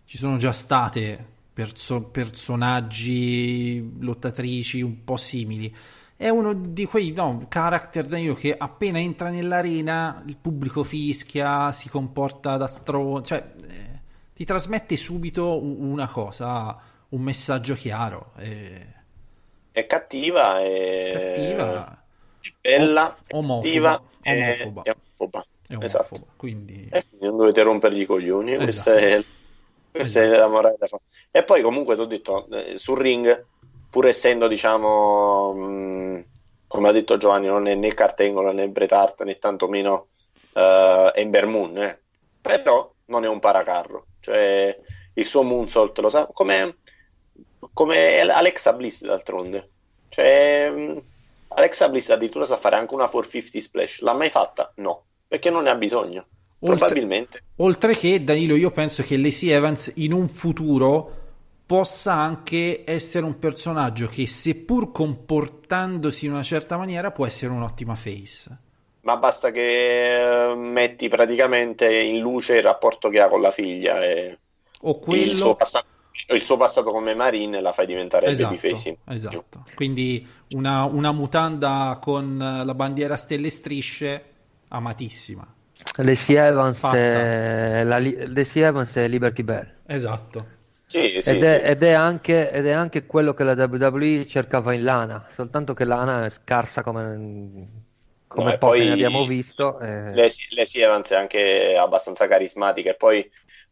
E: personaggi, lottatrici un po' simili. È uno di quei character, Danilo, che appena entra nell'arena il pubblico fischia, si comporta da cioè ti trasmette subito una cosa, un messaggio chiaro.
F: È cattiva, è bella,
E: omofoba.
F: è omofoba. Esatto.
E: Quindi
F: non dovete rompergli i coglioni.
E: Esatto.
F: Questa è la morale da fare. E poi comunque ti ho detto, sul ring, pur essendo come ha detto Giovanni, non è né Kurt Angle né Bret Hart né tantomeno Ember Moon, però non è un paracarro, cioè il suo moonsault lo sa, come Alexa Bliss d'altronde, cioè Alexa Bliss addirittura sa fare anche una 450 splash. L'ha mai fatta? No, perché non ne ha bisogno. Probabilmente.
E: Oltre che, Danilo, io penso che Lacey Evans in un futuro possa anche essere un personaggio che, seppur comportandosi in una certa maniera, può essere un'ottima face.
F: Ma basta che metti praticamente in luce il rapporto che ha con la figlia e
E: o quello...
F: il suo passato come Marine, la fai diventare babyface.
E: Esatto. Quindi una mutanda con la bandiera stelle e strisce, amatissima.
G: Lacey Evans è Liberty Bell.
E: Esatto.
G: Ed è anche quello che la WWE cercava in Lana, soltanto che Lana è scarsa come come
F: e
G: poche
F: poi
G: ne abbiamo visto.
F: Lacey Evans è anche abbastanza carismatica, e poi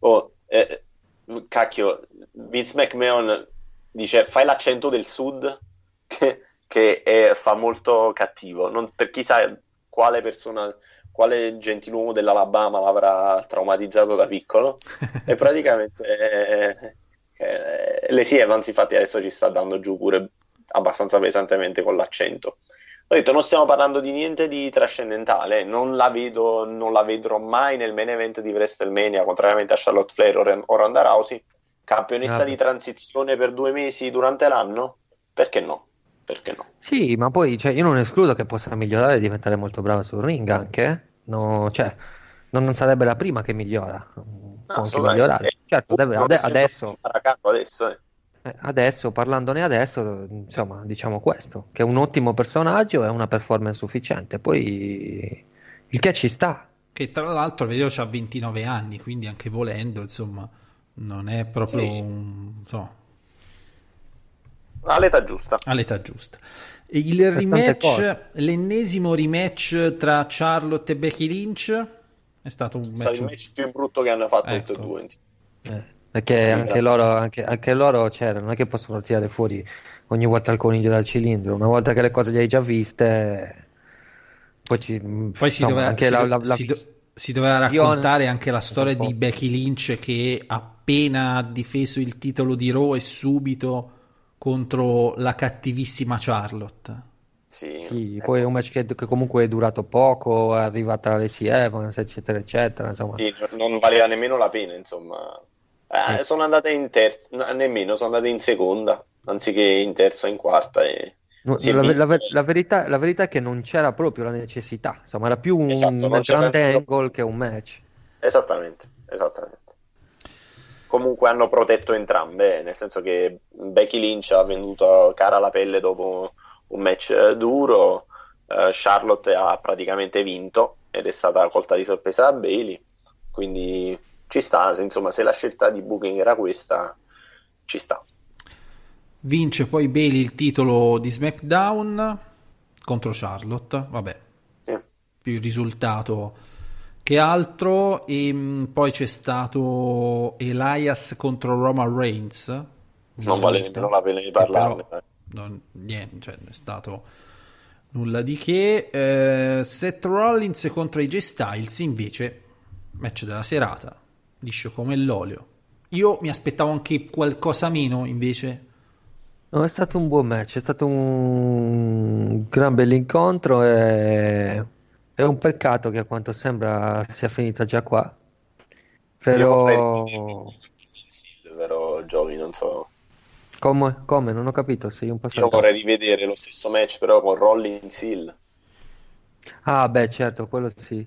F: cacchio, Vince McMahon dice fai l'accento del sud che fa molto cattivo, per chi sa quale persona, quale gentiluomo dell'Alabama l'avrà traumatizzato da piccolo, e praticamente Lacey Evans infatti adesso ci sta dando giù pure abbastanza pesantemente con l'accento. Ho detto, non stiamo parlando di niente di trascendentale, non la vedrò mai nel main event di WrestleMania, contrariamente a Charlotte Flair o Ronda Rousey. Campionessa di transizione per 2 mesi durante l'anno? Perché no? Perché no?
G: Sì, ma poi io non escludo che possa migliorare e diventare molto brava sul ring anche. No, cioè, non sarebbe la prima che migliora. Può anche migliorare. Certo, adesso. Adesso, parlandone adesso, insomma, diciamo questo, che è un ottimo personaggio e una performance sufficiente, poi il che ci sta.
E: Che tra l'altro vedo c'ha 29 anni, quindi anche volendo, insomma, non è proprio insomma,
F: all'età giusta.
E: All'età giusta. Il rematch, l'ennesimo rematch tra Charlotte e Becky Lynch è stato un match...
F: il match più brutto che hanno fatto tutti e due.
G: Perché anche loro c'erano, non è che possono tirare fuori ogni volta il coniglio dal cilindro, una volta che le cose le hai già viste, poi
E: si doveva raccontare anche la storia di Becky Lynch che appena ha difeso il titolo di Raw e subito contro la cattivissima Charlotte.
G: Sì, poi è un match che comunque è durato poco, è arrivata Lacey Evans, eccetera, eccetera. Insomma.
F: Sì, non valeva nemmeno la pena, insomma. Sono andate in terza, nemmeno sono andate in seconda, anziché in terza o in quarta.
G: La verità è che non c'era proprio la necessità, insomma, era più un grande angle che un match.
F: Esattamente. Comunque hanno protetto entrambe, nel senso che Becky Lynch ha venduto cara la pelle dopo un match duro, Charlotte ha praticamente vinto ed è stata colta di sorpresa da Bayley, quindi ci sta, insomma, se la scelta di booking era questa, ci sta.
E: Vince poi Bayley il titolo di SmackDown contro Charlotte, vabbè, più il risultato che altro, e poi c'è stato Elias contro Roman Reigns,
F: non vale nemmeno la pena di parlarne,
E: niente, cioè non è stato nulla di che. Seth Rollins contro AJ Styles invece match della serata, liscio come l'olio. Io mi aspettavo anche qualcosa meno, invece
G: no, è stato un buon match, è stato un gran bell'incontro e è un peccato che a quanto sembra sia finita già qua, però
F: vero Giovi, non so
G: come non ho capito, sei un po'
F: io vorrei rivedere lo stesso match però con Rollins Hill.
G: Beh, certo, quello sì.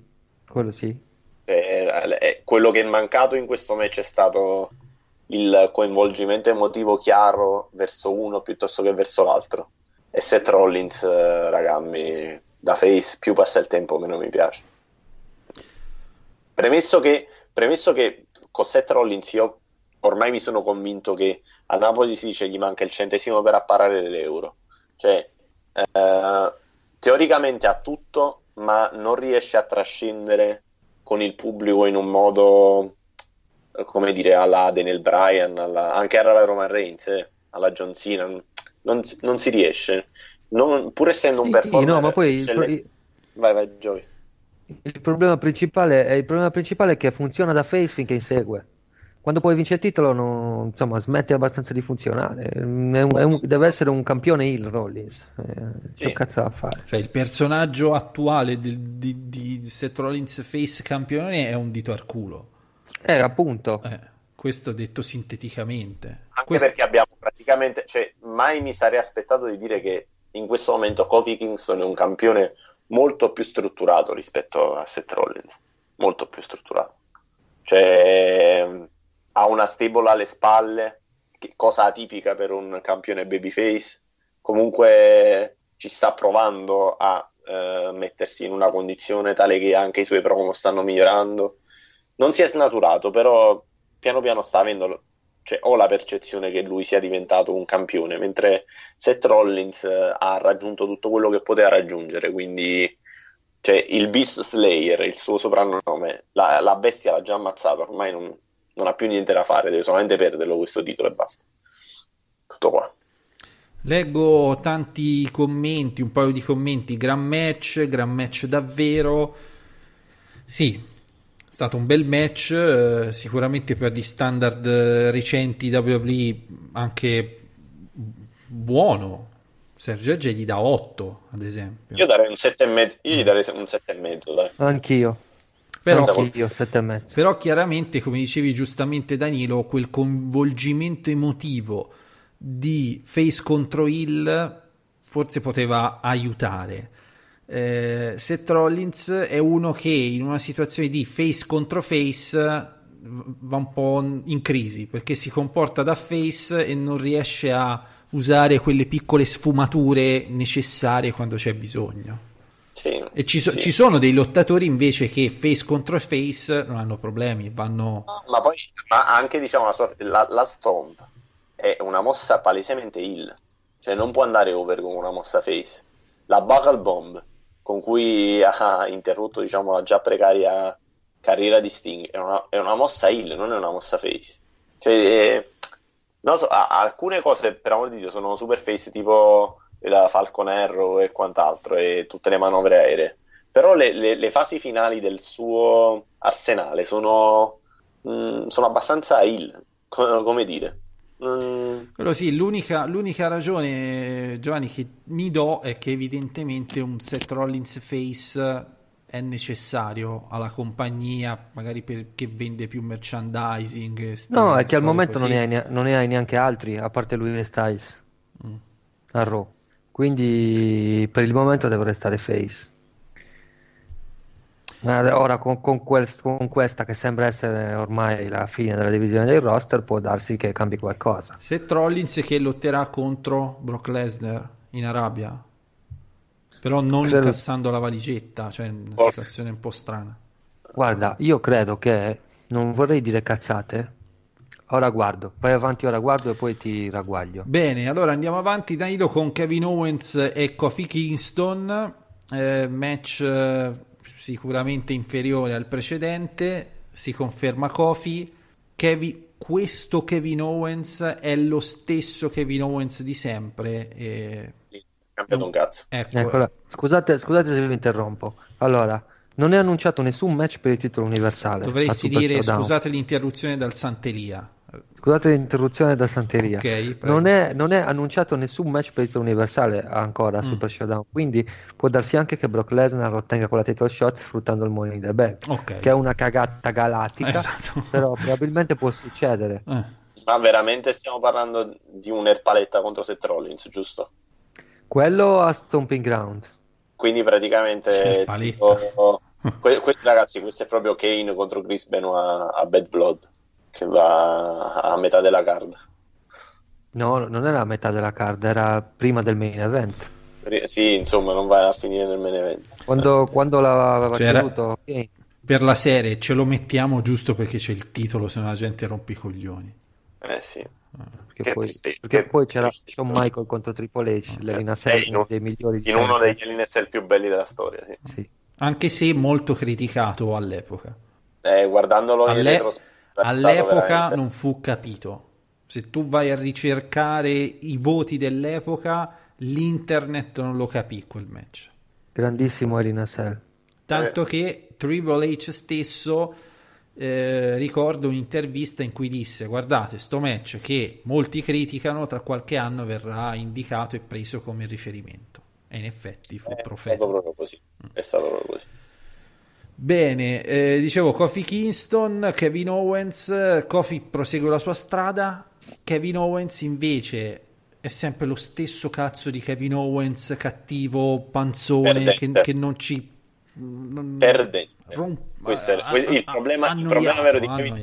F: Quello che è mancato in questo match è stato il coinvolgimento emotivo chiaro verso uno piuttosto che verso l'altro, e Seth Rollins, ragazzi, da face più passa il tempo meno mi piace. Premesso che con Seth Rollins io ormai mi sono convinto che a Napoli si dice gli manca il centesimo per apparare l'euro, cioè teoricamente ha tutto ma non riesce a trascendere con il pubblico in un modo, come dire, alla Daniel Bryan, anche alla Roman Reigns, alla John Cena, non si riesce, pur essendo un performer.
G: No, ma poi
F: vai Giovi.
G: Il problema principale è che funziona da face finché insegue. Quando poi vince il titolo, insomma, smette abbastanza di funzionare. Deve essere un campione heel Rollins. Che cazzo da fare?
E: Cioè, il personaggio attuale di Seth Rollins face campione è un dito al culo.
G: Appunto.
E: Questo detto sinteticamente.
F: Anche perché abbiamo praticamente, cioè, mai mi sarei aspettato di dire che in questo momento Kofi Kingston è un campione molto più strutturato rispetto a Seth Rollins, molto più strutturato. Cioè, ha una stable alle spalle, cosa atipica per un campione babyface. Comunque ci sta provando a mettersi in una condizione tale che anche i suoi promo stanno migliorando. Non si è snaturato, però piano piano sta avendo, cioè, ho la percezione che lui sia diventato un campione, mentre Seth Rollins ha raggiunto tutto quello che poteva raggiungere, quindi Cioè, il Beast Slayer, il suo soprannome, la bestia l'ha già ammazzato, ormai non ha più niente da fare, deve solamente perderlo questo titolo e basta. Tutto qua.
E: Leggo tanti commenti, un paio di commenti, gran match davvero. Sì, è stato un bel match, sicuramente per gli standard recenti WWE anche buono. Sergio Egge gli dà 8, ad esempio.
F: Io darei un 7,5, io gli darei un 7,5, dai.
G: Anch'io.
E: Però
G: 7,5.
E: Però chiaramente, come dicevi giustamente Danilo, quel coinvolgimento emotivo di face contro heel forse poteva aiutare. Seth Rollins è uno che in una situazione di face contro face va un po' in crisi, perché si comporta da face e non riesce a usare quelle piccole sfumature necessarie quando c'è bisogno.
F: Sì,
E: E ci sono dei lottatori invece che face contro face non hanno problemi, vanno...
F: Ma anche diciamo la Stomp è una mossa palesemente heel, cioè non può andare over con una mossa face. La Buckle Bomb con cui ha interrotto diciamo la già precaria carriera di Sting è una mossa heel, non è una mossa face. Cioè non so, alcune cose per amor di Dio sono super face, tipo la Falcon Arrow e quant'altro e tutte le manovre aeree, però le fasi finali del suo arsenale sono abbastanza heel, come dire.
E: Quello sì, l'unica ragione, Giovanni, che mi do è che evidentemente un Seth Rollins face è necessario alla compagnia, magari perché vende più merchandising.
G: No, è che al momento
E: così.
G: non ne hai neanche altri, a parte lui e Styles a Raw. Quindi per il momento deve restare face. Ma ora con questa che sembra essere ormai la fine della divisione del roster, può darsi che cambi qualcosa.
E: Seth Rollins che lotterà contro Brock Lesnar in Arabia, però non incassando la valigetta, cioè una situazione un po' strana.
G: Guarda, io credo che, non vorrei dire cazzate, ora guardo, vai avanti, ora guardo e poi ti ragguaglio.
E: Bene, allora andiamo avanti, Danilo, con Kevin Owens e Kofi Kingston, match sicuramente inferiore al precedente, si conferma Kofi. Questo Kevin Owens è lo stesso Kevin Owens di sempre.
F: Cambiato un cazzo.
G: Eccola. Scusate se vi interrompo. Allora, non è annunciato nessun match per il titolo universale.
E: Dovresti dire scusate l'interruzione dal Santeria.
G: Scusate l'interruzione da Santeria.
E: Okay,
G: non è annunciato nessun match per il titolo universale ancora a Super Showdown, quindi può darsi anche che Brock Lesnar ottenga quella title shot sfruttando il Money in the Bank, che è una cagata galattica,
E: esatto.
G: però probabilmente può succedere.
F: Ma veramente stiamo parlando di un Erpaletta contro Seth Rollins, giusto?
G: Quello a Stomping Ground.
F: Quindi praticamente ragazzi, questo è proprio Kane contro Chris Benoit a Bad Blood, che va a metà della card.
G: No, non era a metà della card, era prima del main event.
F: Sì, insomma, non va a finire nel main event.
G: Quando l'aveva ceduto Kane.
E: Per la serie ce lo mettiamo giusto perché c'è il titolo, se no la gente rompe i coglioni.
F: Sì.
G: Perché poi c'era Shawn Michael contro Triple H, l'Elina Cell, uno dei migliori
F: in uno degli Elina Cell più belli della storia, sì.
E: Anche se molto criticato all'epoca.
F: Guardandolo in retrospettiva,
E: all'epoca
F: veramente
E: non fu capito. Se tu vai a ricercare i voti dell'epoca, l'internet non lo capì quel match.
G: Grandissimo Elina Cell.
E: Tanto che Triple H stesso ricordo un'intervista in cui disse: guardate, sto match che molti criticano tra qualche anno verrà indicato e preso come riferimento, e in effetti fu profetico.
F: È stato proprio così.
E: Bene, dicevo Kofi Kingston, Kevin Owens. Kofi prosegue la sua strada, Kevin Owens invece è sempre lo stesso cazzo di Kevin Owens, cattivo, panzone, che non ci
F: perdente. Il problema vero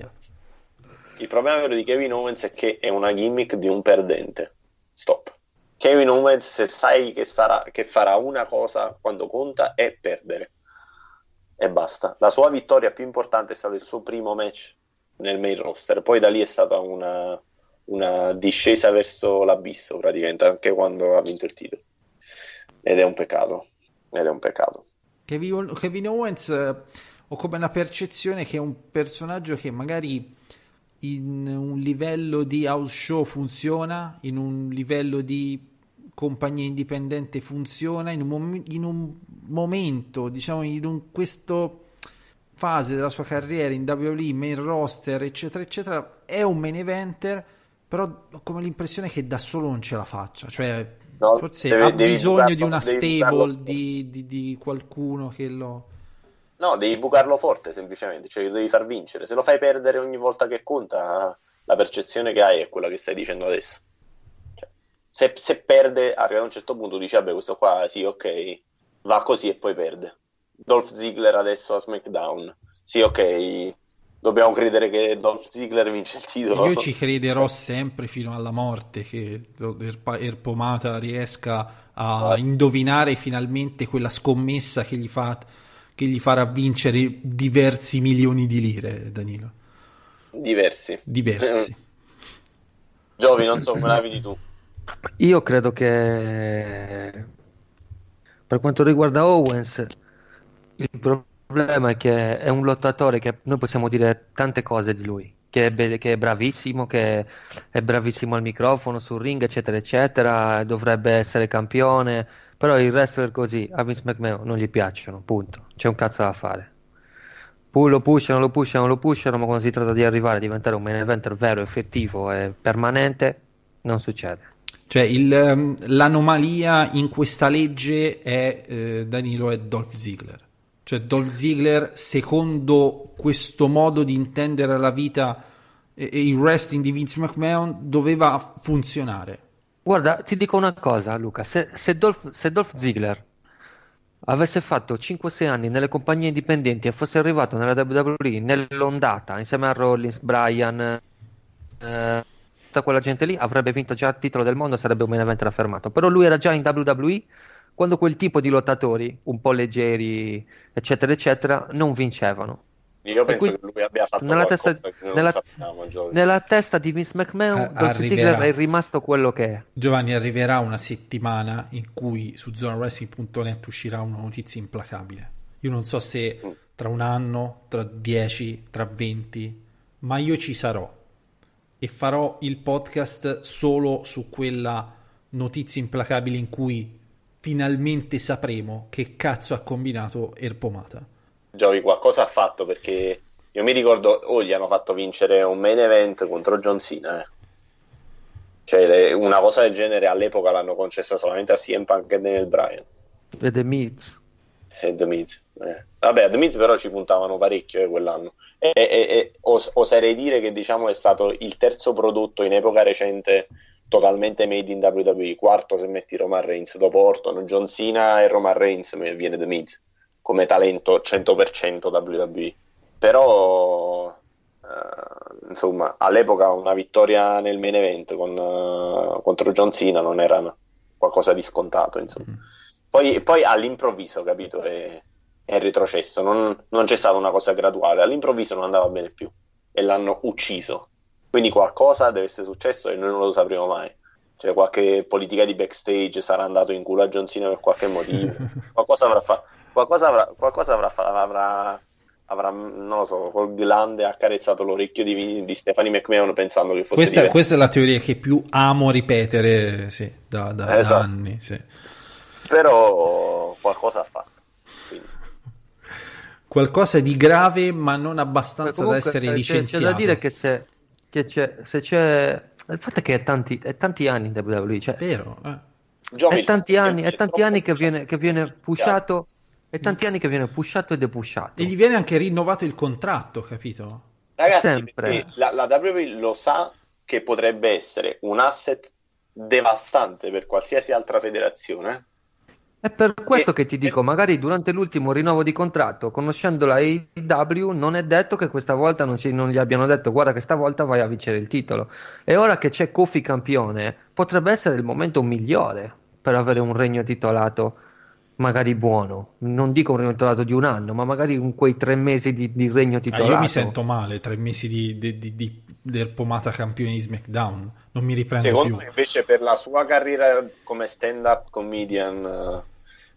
F: di Kevin Owens è che è una gimmick di un perdente. Stop. Kevin Owens, se sai che farà una cosa quando conta, è perdere e basta. La sua vittoria più importante è stato il suo primo match nel main roster, poi da lì è stata una discesa verso l'abisso praticamente, anche quando ha vinto il titolo, ed è un peccato.
E: Kevin Owens ho come la percezione che è un personaggio che magari in un livello di house show funziona, in un livello di compagnia indipendente funziona, in un momento, diciamo, questo fase della sua carriera in WWE, main roster, eccetera eccetera, è un main eventer, però ho come l'impressione che da solo non ce la faccia, cioè forse ha bisogno di una stable, di qualcuno che lo...
F: No, devi bucarlo forte semplicemente, cioè lo devi far vincere. Se lo fai perdere ogni volta che conta, la percezione che hai è quella che stai dicendo adesso. Cioè, se perde, arriva a un certo punto dici, vabbè, questo qua sì, ok, va così e poi perde. Dolph Ziggler adesso a SmackDown, sì, ok, dobbiamo credere che Dolph Ziggler vince il titolo.
E: Io ci crederò sempre fino alla morte che Erpomata riesca a indovinare finalmente quella scommessa che gli farà vincere diversi milioni di lire, Danilo.
F: Diversi.
E: Giovi,
F: non so come la vedi tu.
G: Io credo che per quanto riguarda Owens, il problema è che è un lottatore che noi possiamo dire tante cose di lui, che è bravissimo, che è bravissimo al microfono, sul ring, eccetera eccetera, dovrebbe essere campione, però i wrestler così a Vince McMahon non gli piacciono, punto, c'è un cazzo da fare. Lo pushano, ma quando si tratta di arrivare a diventare un main eventer vero, effettivo e permanente, non succede.
E: Cioè l'anomalia in questa legge è Danilo, è Dolph Ziggler. Cioè Dolph Ziggler, secondo questo modo di intendere la vita e il wrestling di Vince McMahon, doveva funzionare.
G: Guarda, ti dico una cosa, Luca, se Dolph Ziggler avesse fatto 5-6 anni nelle compagnie indipendenti e fosse arrivato nella WWE nell'ondata insieme a Rollins, Bryan, tutta quella gente lì, avrebbe vinto già il titolo del mondo, sarebbe un main eventer affermato. Però lui era già in WWE quando quel tipo di lottatori un po' leggeri eccetera eccetera non vincevano.
F: Io penso che lui abbia fatto
G: nella testa di Vince McMahon. Dolph Ziggler è rimasto quello che è.
E: Giovanni, arriverà una settimana in cui su zonawrestling.net uscirà una notizia implacabile. Io non so se tra un anno, tra 10, tra 20, ma io ci sarò e farò il podcast solo su quella notizia implacabile in cui finalmente sapremo che cazzo ha combinato Erpomata.
F: Giovi, qualcosa ha fatto, perché io mi ricordo gli hanno fatto vincere un main event contro John Cena, Cioè una cosa del genere all'epoca l'hanno concessa solamente a CM Punk e Daniel Bryan
G: e The Miz.
F: Vabbè, a The Miz però ci puntavano parecchio quell'anno e oserei dire che, diciamo, è stato il terzo prodotto in epoca recente totalmente made in WWE, quarto se metti Roman Reigns, dopo Orton, John Cena e Roman Reigns viene The Miz come talento 100% WWE. Però insomma, all'epoca una vittoria nel main event contro John Cena non era qualcosa di scontato, insomma. Poi all'improvviso, capito, è retrocesso, non c'è stata una cosa graduale, all'improvviso non andava bene più e l'hanno ucciso, quindi qualcosa deve essere successo e noi non lo sapremo mai. Cioè qualche politica di backstage sarà andato in culo a John Cena per qualche motivo, qualcosa avrà fatto, avrà, non lo so, col glande accarezzato l'orecchio di Stephanie McMahon pensando che fosse
E: questa è la teoria che più amo ripetere, sì, da
F: esatto.
E: anni, sì.
F: Però qualcosa ha fatto, quindi.
E: Qualcosa di grave, ma non abbastanza
G: comunque,
E: da essere licenziato.
G: C'è da dire che se c'è il fatto è che è tanti anni in WWE, cioè,
E: vero,
G: è tanti anni che viene pushato, è tanti anni che viene pushato e depushato,
E: e gli viene anche rinnovato il contratto, capito?
F: Ragazzi,
G: sempre.
F: La WWE lo sa che potrebbe essere un asset devastante per qualsiasi altra federazione.
G: È per questo che ti dico, magari durante l'ultimo rinnovo di contratto, conoscendo la AEW, non è detto che questa volta non gli abbiano detto guarda che stavolta vai a vincere il titolo. E ora che c'è Kofi campione, potrebbe essere il momento migliore per avere un regno titolato magari buono. Non dico un regno titolato di un anno, ma magari quei 3 mesi di regno titolato.
E: Io mi sento male, 3 mesi di Erpomata campione di SmackDown, non mi riprendo
F: Secondo
E: più.
F: me invece per la sua carriera come stand-up comedian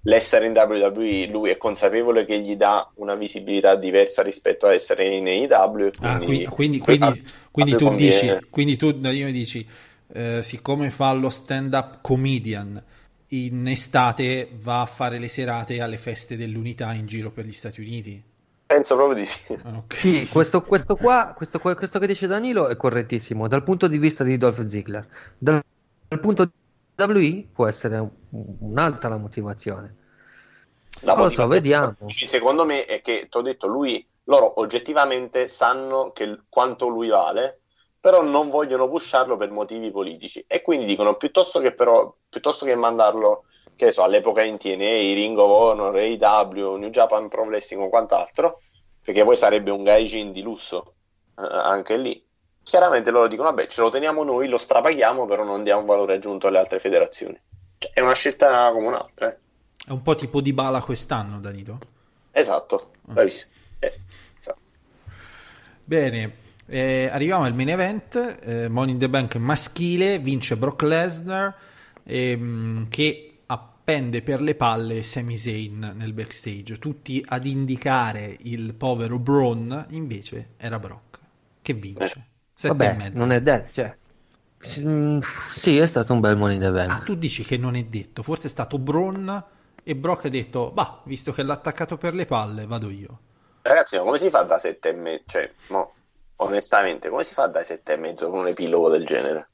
F: l'essere in WWE, lui è consapevole che gli dà una visibilità diversa rispetto a essere in AEW,
E: quindi tu dici, io mi dici, siccome fa lo stand-up comedian, in estate va a fare le serate alle feste dell'unità in giro per gli Stati Uniti?
F: Penso proprio di sì.
E: Okay.
G: Sì, questo che dice Danilo è correttissimo dal punto di vista di Dolph Ziggler. Dal punto di WWE può essere un'altra la motivazione.
F: La
G: Non lo so,
F: motivazione,
G: vediamo.
F: secondo me è che, ti ho detto, loro oggettivamente sanno quanto lui vale, però non vogliono pusharlo per motivi politici, e quindi dicono piuttosto che mandarlo, che so, all'epoca in TNA, Ring of Honor, AEW, New Japan Pro Wrestling o quant'altro, perché poi sarebbe un gaijin di lusso anche lì. Chiaramente loro dicono vabbè, ce lo teniamo noi, lo strapaghiamo, però non diamo valore aggiunto alle altre federazioni. Cioè, è una scelta come un'altra.
E: È un po' tipo Dybala quest'anno, Danilo.
F: Esatto, bravissimo. Esatto.
E: Bene, arriviamo al main event, Money in the Bank maschile, vince Brock Lesnar, che appende per le palle Sami Zayn nel backstage, tutti ad indicare il povero Braun, invece era Brock che vince. 7,5.
G: Vabbè, non è detto, cioè. Sì, è stato un bel Money in the Bank.
E: Ah, tu dici che non è detto, forse è stato Braun e Brock ha detto, bah, visto che l'ha attaccato per le palle, vado io.
F: Ragazzi, ma come si fa da 7,5? Cioè, onestamente, come si fa dai 7,5 con un epilogo del genere?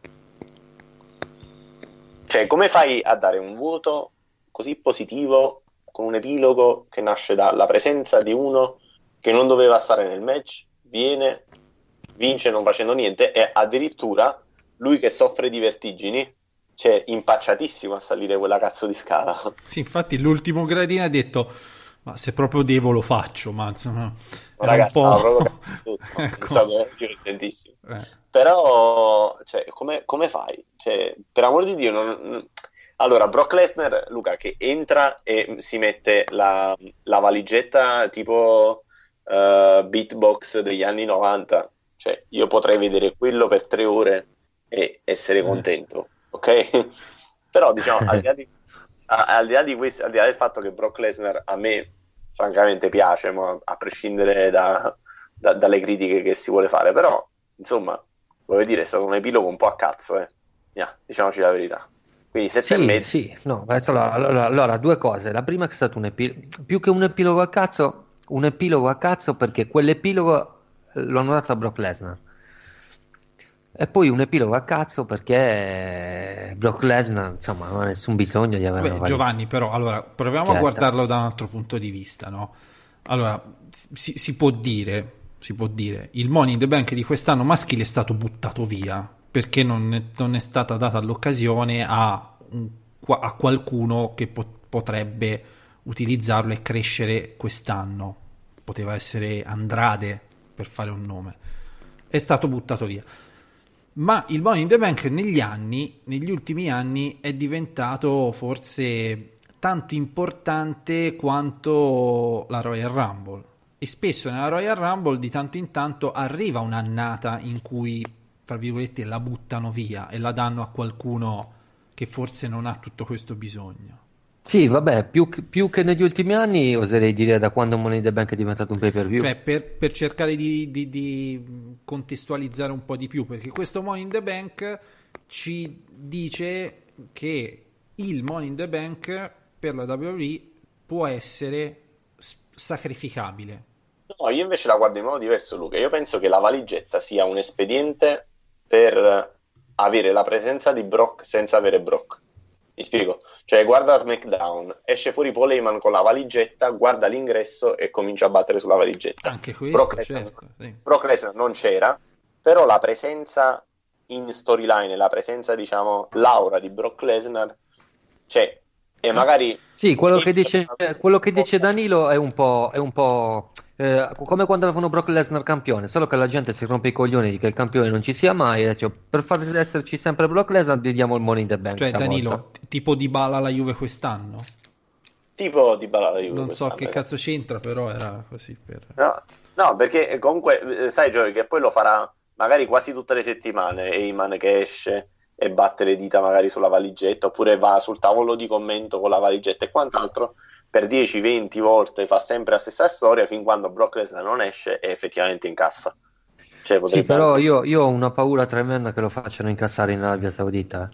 F: Cioè, come fai a dare un voto così positivo con un epilogo che nasce dalla presenza di uno che non doveva stare nel match, vince non facendo niente, e addirittura lui che soffre di vertigini, cioè impacciatissimo a salire quella cazzo di scala.
E: Sì, infatti l'ultimo gradino ha detto, ma se proprio devo lo faccio, ma insomma...
F: Ragazzi,
E: un po'...
F: proprio
E: ecco.
F: è stato divertentissimo. Però, cioè, come fai? Cioè, per amor di Dio, allora, Brock Lesnar, Luca, che entra e si mette la valigetta tipo beatbox degli anni 90, cioè, io potrei vedere quello per 3 ore e essere contento, ok? Però, diciamo, al di là di questo, al di là del fatto che Brock Lesnar a me francamente piace, ma a prescindere dalle critiche che si vuole fare, però insomma, voglio dire, è stato un epilogo un po' a cazzo, diciamoci la verità. Quindi 7,5.
G: Sì, no, allora, due cose. La prima è che è stato più che un epilogo a cazzo, perché quell'epilogo lo hanno dato a Brock Lesnar. E poi un epilogo a cazzo perché Brock Lesnar, insomma, non ha nessun bisogno di avere una
E: Giovanni, però, allora, proviamo a guardarlo da un altro punto di vista, no? Allora, si può dire, il Money in the Bank di quest'anno maschile è stato buttato via, perché non è stata data l'occasione a qualcuno che potrebbe utilizzarlo e crescere quest'anno. Poteva essere Andrade, per fare un nome. È stato buttato via. Ma il Money in the Bank negli ultimi anni è diventato forse tanto importante quanto la Royal Rumble, e spesso nella Royal Rumble di tanto in tanto arriva un'annata in cui, tra virgolette, la buttano via e la danno a qualcuno che forse non ha tutto questo bisogno.
G: Sì, vabbè, più che negli ultimi anni, oserei dire da quando Money in the Bank è diventato un pay-per-view.
E: Cioè, per cercare di contestualizzare un po' di più, perché questo Money in the Bank ci dice che il Money in the Bank per la WWE può essere sacrificabile.
F: No, io invece la guardo in modo diverso, Luca. Io penso che la valigetta sia un espediente per avere la presenza di Brock senza avere Brock. Mi spiego, cioè guarda SmackDown, esce fuori Paul Heyman con la valigetta, guarda l'ingresso e comincia a battere sulla valigetta.
E: Anche questo, certo, sì.
F: Brock Lesnar non c'era, però la presenza in storyline, la presenza, diciamo, l'aura di Brock Lesnar c'è, e magari...
G: Sì, quello che dice Danilo è un po' come quando avevano Brock Lesnar campione, solo che la gente si rompe i coglioni di che il campione non ci sia mai, e cioè, per far esserci sempre Brock Lesnar gli diamo il Money in the Bank.
E: Cioè Danilo, tipo Dybala alla Juve quest'anno?
F: Tipo Dybala alla Juve
E: non so
F: quest'anno,
E: che cazzo c'entra, però era così per...
F: No, perché comunque sai Gioia che poi lo farà magari quasi tutte le settimane Heyman che esce e batte le dita magari sulla valigetta, oppure va sul tavolo di commento con la valigetta e quant'altro, per 10-20 volte fa sempre la stessa storia fin quando Brock Lesnar non esce e effettivamente incassa. Cioè,
G: Sì, però io ho una paura tremenda che lo facciano incassare in Arabia Saudita.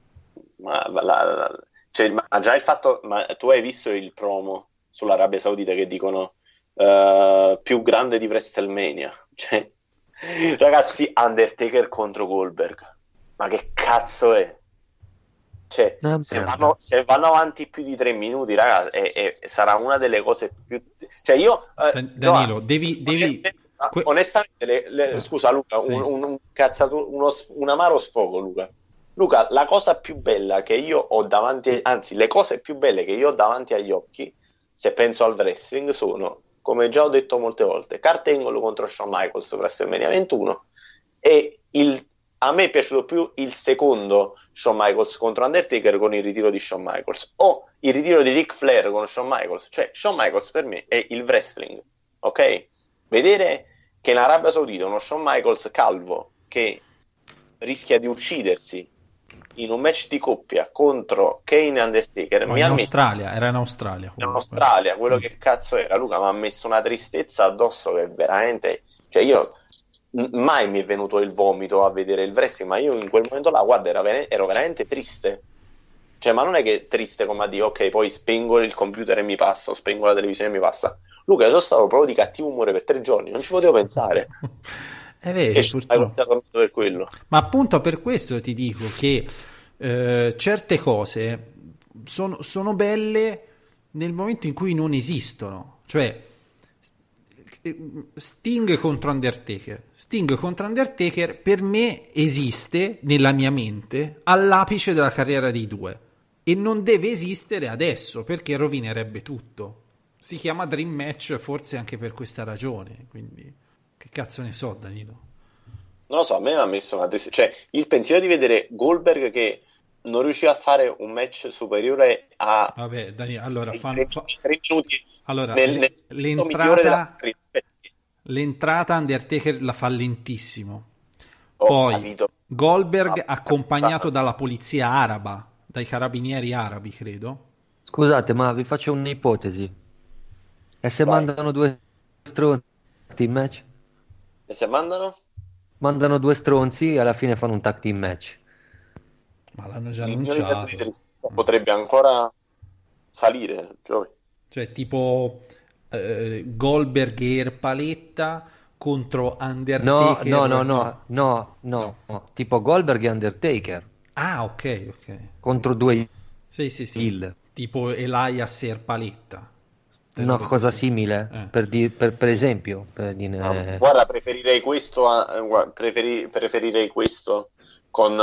F: Cioè, ma già il fatto, ma tu hai visto il promo sull'Arabia Saudita che dicono più grande di WrestleMania, cioè, ragazzi, Undertaker contro Goldberg, ma che cazzo è? Cioè, se vanno avanti più di 3 minuti, ragazzi, sarà una delle cose più, cioè io
E: Danilo, devi
F: onestamente scusa Luca,
E: sì.
F: un amaro sfogo, Luca, la cosa più bella che io ho davanti, anzi le cose più belle che io ho davanti agli occhi, se penso al wrestling, sono, come già ho detto molte volte, Kurt Angle contro Shawn Michaels WrestleMania 21, e a me è piaciuto più il secondo Shawn Michaels contro Undertaker con il ritiro di Shawn Michaels, o il ritiro di Ric Flair con Shawn Michaels. Cioè, Shawn Michaels per me è il wrestling, ok? Vedere che in Arabia Saudita uno Shawn Michaels calvo che rischia di uccidersi in un match di coppia contro Kane e Undertaker,
E: era in Australia.
F: In Australia, quello che cazzo era, Luca, mi ha messo una tristezza addosso che veramente, cioè io mai mi è venuto il vomito a vedere il wrestling, ma io in quel momento là, guarda, ero veramente triste. Cioè, ma non è che triste come a dire, ok, poi spengo il computer e mi passa, o spengo la televisione e mi passa. Luca, io sono stato proprio di cattivo umore per 3 giorni, non ci potevo pensare.
E: È vero, purtroppo.
F: Per quello.
E: Ma appunto per questo ti dico che certe cose sono belle nel momento in cui non esistono. Cioè, Sting contro Undertaker per me esiste nella mia mente all'apice della carriera dei due, e non deve esistere adesso perché rovinerebbe tutto. Si chiama Dream Match forse anche per questa ragione, quindi che cazzo ne so, Danilo?
F: Non lo so, a me mi ha messo una tristezza, cioè il pensiero di vedere Goldberg che non riusciva a fare un match superiore a
E: vabbè, Danilo, allora
F: 3 minuti
E: allora l'entrata Undertaker la fa lentissimo, poi
F: capito.
E: Goldberg accompagnato dalla polizia araba, dai carabinieri arabi, credo.
G: Scusate, ma vi faccio un'ipotesi. E se mandano 2 stronzi in match?
F: E se mandano?
G: Mandano 2 stronzi e alla fine fanno un tag team match.
E: Ma l'hanno già annunciato.
F: Potrebbe ancora salire,
E: cioè tipo Goldberg e Erpaletta contro Undertaker.
G: No, tipo Goldberg e Undertaker.
E: Ah, ok.
G: Contro 2
E: sì.
G: Hill.
E: Tipo Elias e Erpaletta.
G: Una cosa simile, per esempio.
F: Guarda, preferirei questo preferirei questo con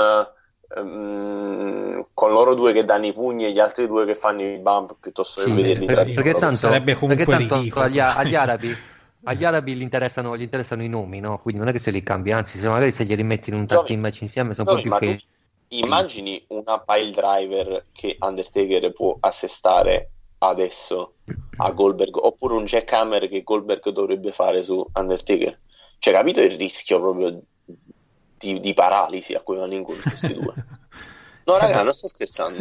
F: loro due che danno i pugni e gli altri 2 che fanno i bump, piuttosto che vederli tra di loro.
G: Perché tanto
E: sarebbe comunque ridicolo.
G: agli arabi gli interessano i nomi, no? Quindi non è che se li cambi, anzi, magari se glieli metti in un tag team match insieme sono un po' più felici.
F: Immagini una pile driver che Undertaker può assestare adesso a Goldberg, oppure un jackhammer che Goldberg dovrebbe fare su Undertaker. Cioè, capito il rischio proprio di paralisi a cui vanno incontro questi 2? No, raga, non sto scherzando.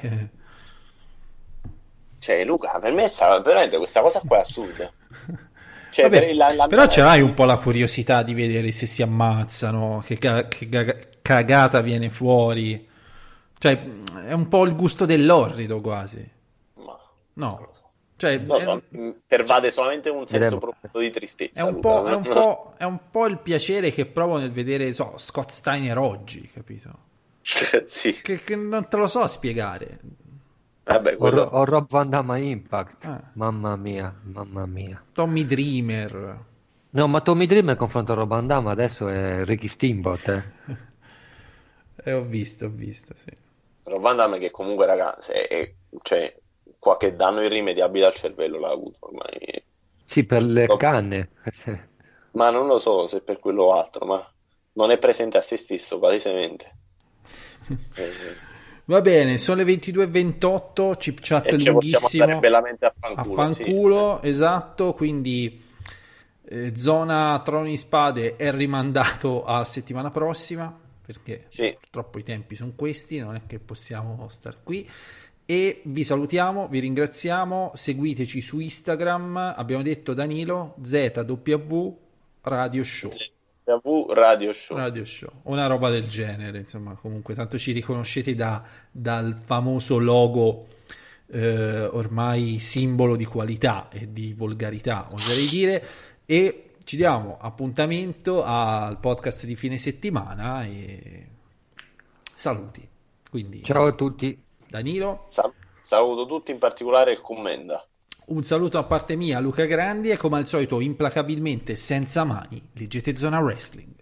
F: Cioè, Luca, per me veramente questa cosa qua è assurda. Cioè,
E: però ce l'hai un po' la curiosità di vedere se si ammazzano, che cagata viene fuori. Cioè, è un po' il gusto dell'orrido quasi. No, cioè,
F: pervade solamente un senso profondo di tristezza.
E: È un po' il piacere che provo nel vedere Scott Steiner oggi, capito?
F: Sì.
E: Che non te lo so spiegare.
F: Vabbè,
G: o Rob Van Damme a Impact. Mamma mia.
E: Tommy Dreamer.
G: No, ma Tommy Dreamer confronto a Rob Van Damme adesso è Ricky Steamboat.
E: Ho visto, sì.
F: Rob Van Damme che comunque, ragazzi, cioè, qualche danno irrimediabile al cervello l'ha avuto ormai.
G: Sì, per le canne.
F: Ma non lo so se per quello o altro, ma non è presente a se stesso palesemente.
E: Va bene, sono le 22:28, chip chat
F: e
E: lunghissimo.
F: Possiamo andare bellamente a
E: fanculo,
F: sì.
E: Esatto, quindi zona Trono di Spade è rimandato a settimana prossima. perché
F: Sì.
E: purtroppo i tempi sono questi, non è che possiamo star qui. E vi salutiamo, vi ringraziamo, seguiteci su Instagram, abbiamo detto Danilo, ZW Radio Show.
F: Radio Show.
E: Radio Show, una roba del genere, insomma, comunque tanto ci riconoscete dal famoso logo, ormai simbolo di qualità e di volgarità, oserei dire, e ci diamo appuntamento al podcast di fine settimana e saluti. Quindi,
G: ciao a tutti.
E: Danilo.
F: Saluto tutti, in particolare il Commenda.
E: Un saluto a parte mia, Luca Grandi, e come al solito implacabilmente senza mani leggete Zona Wrestling.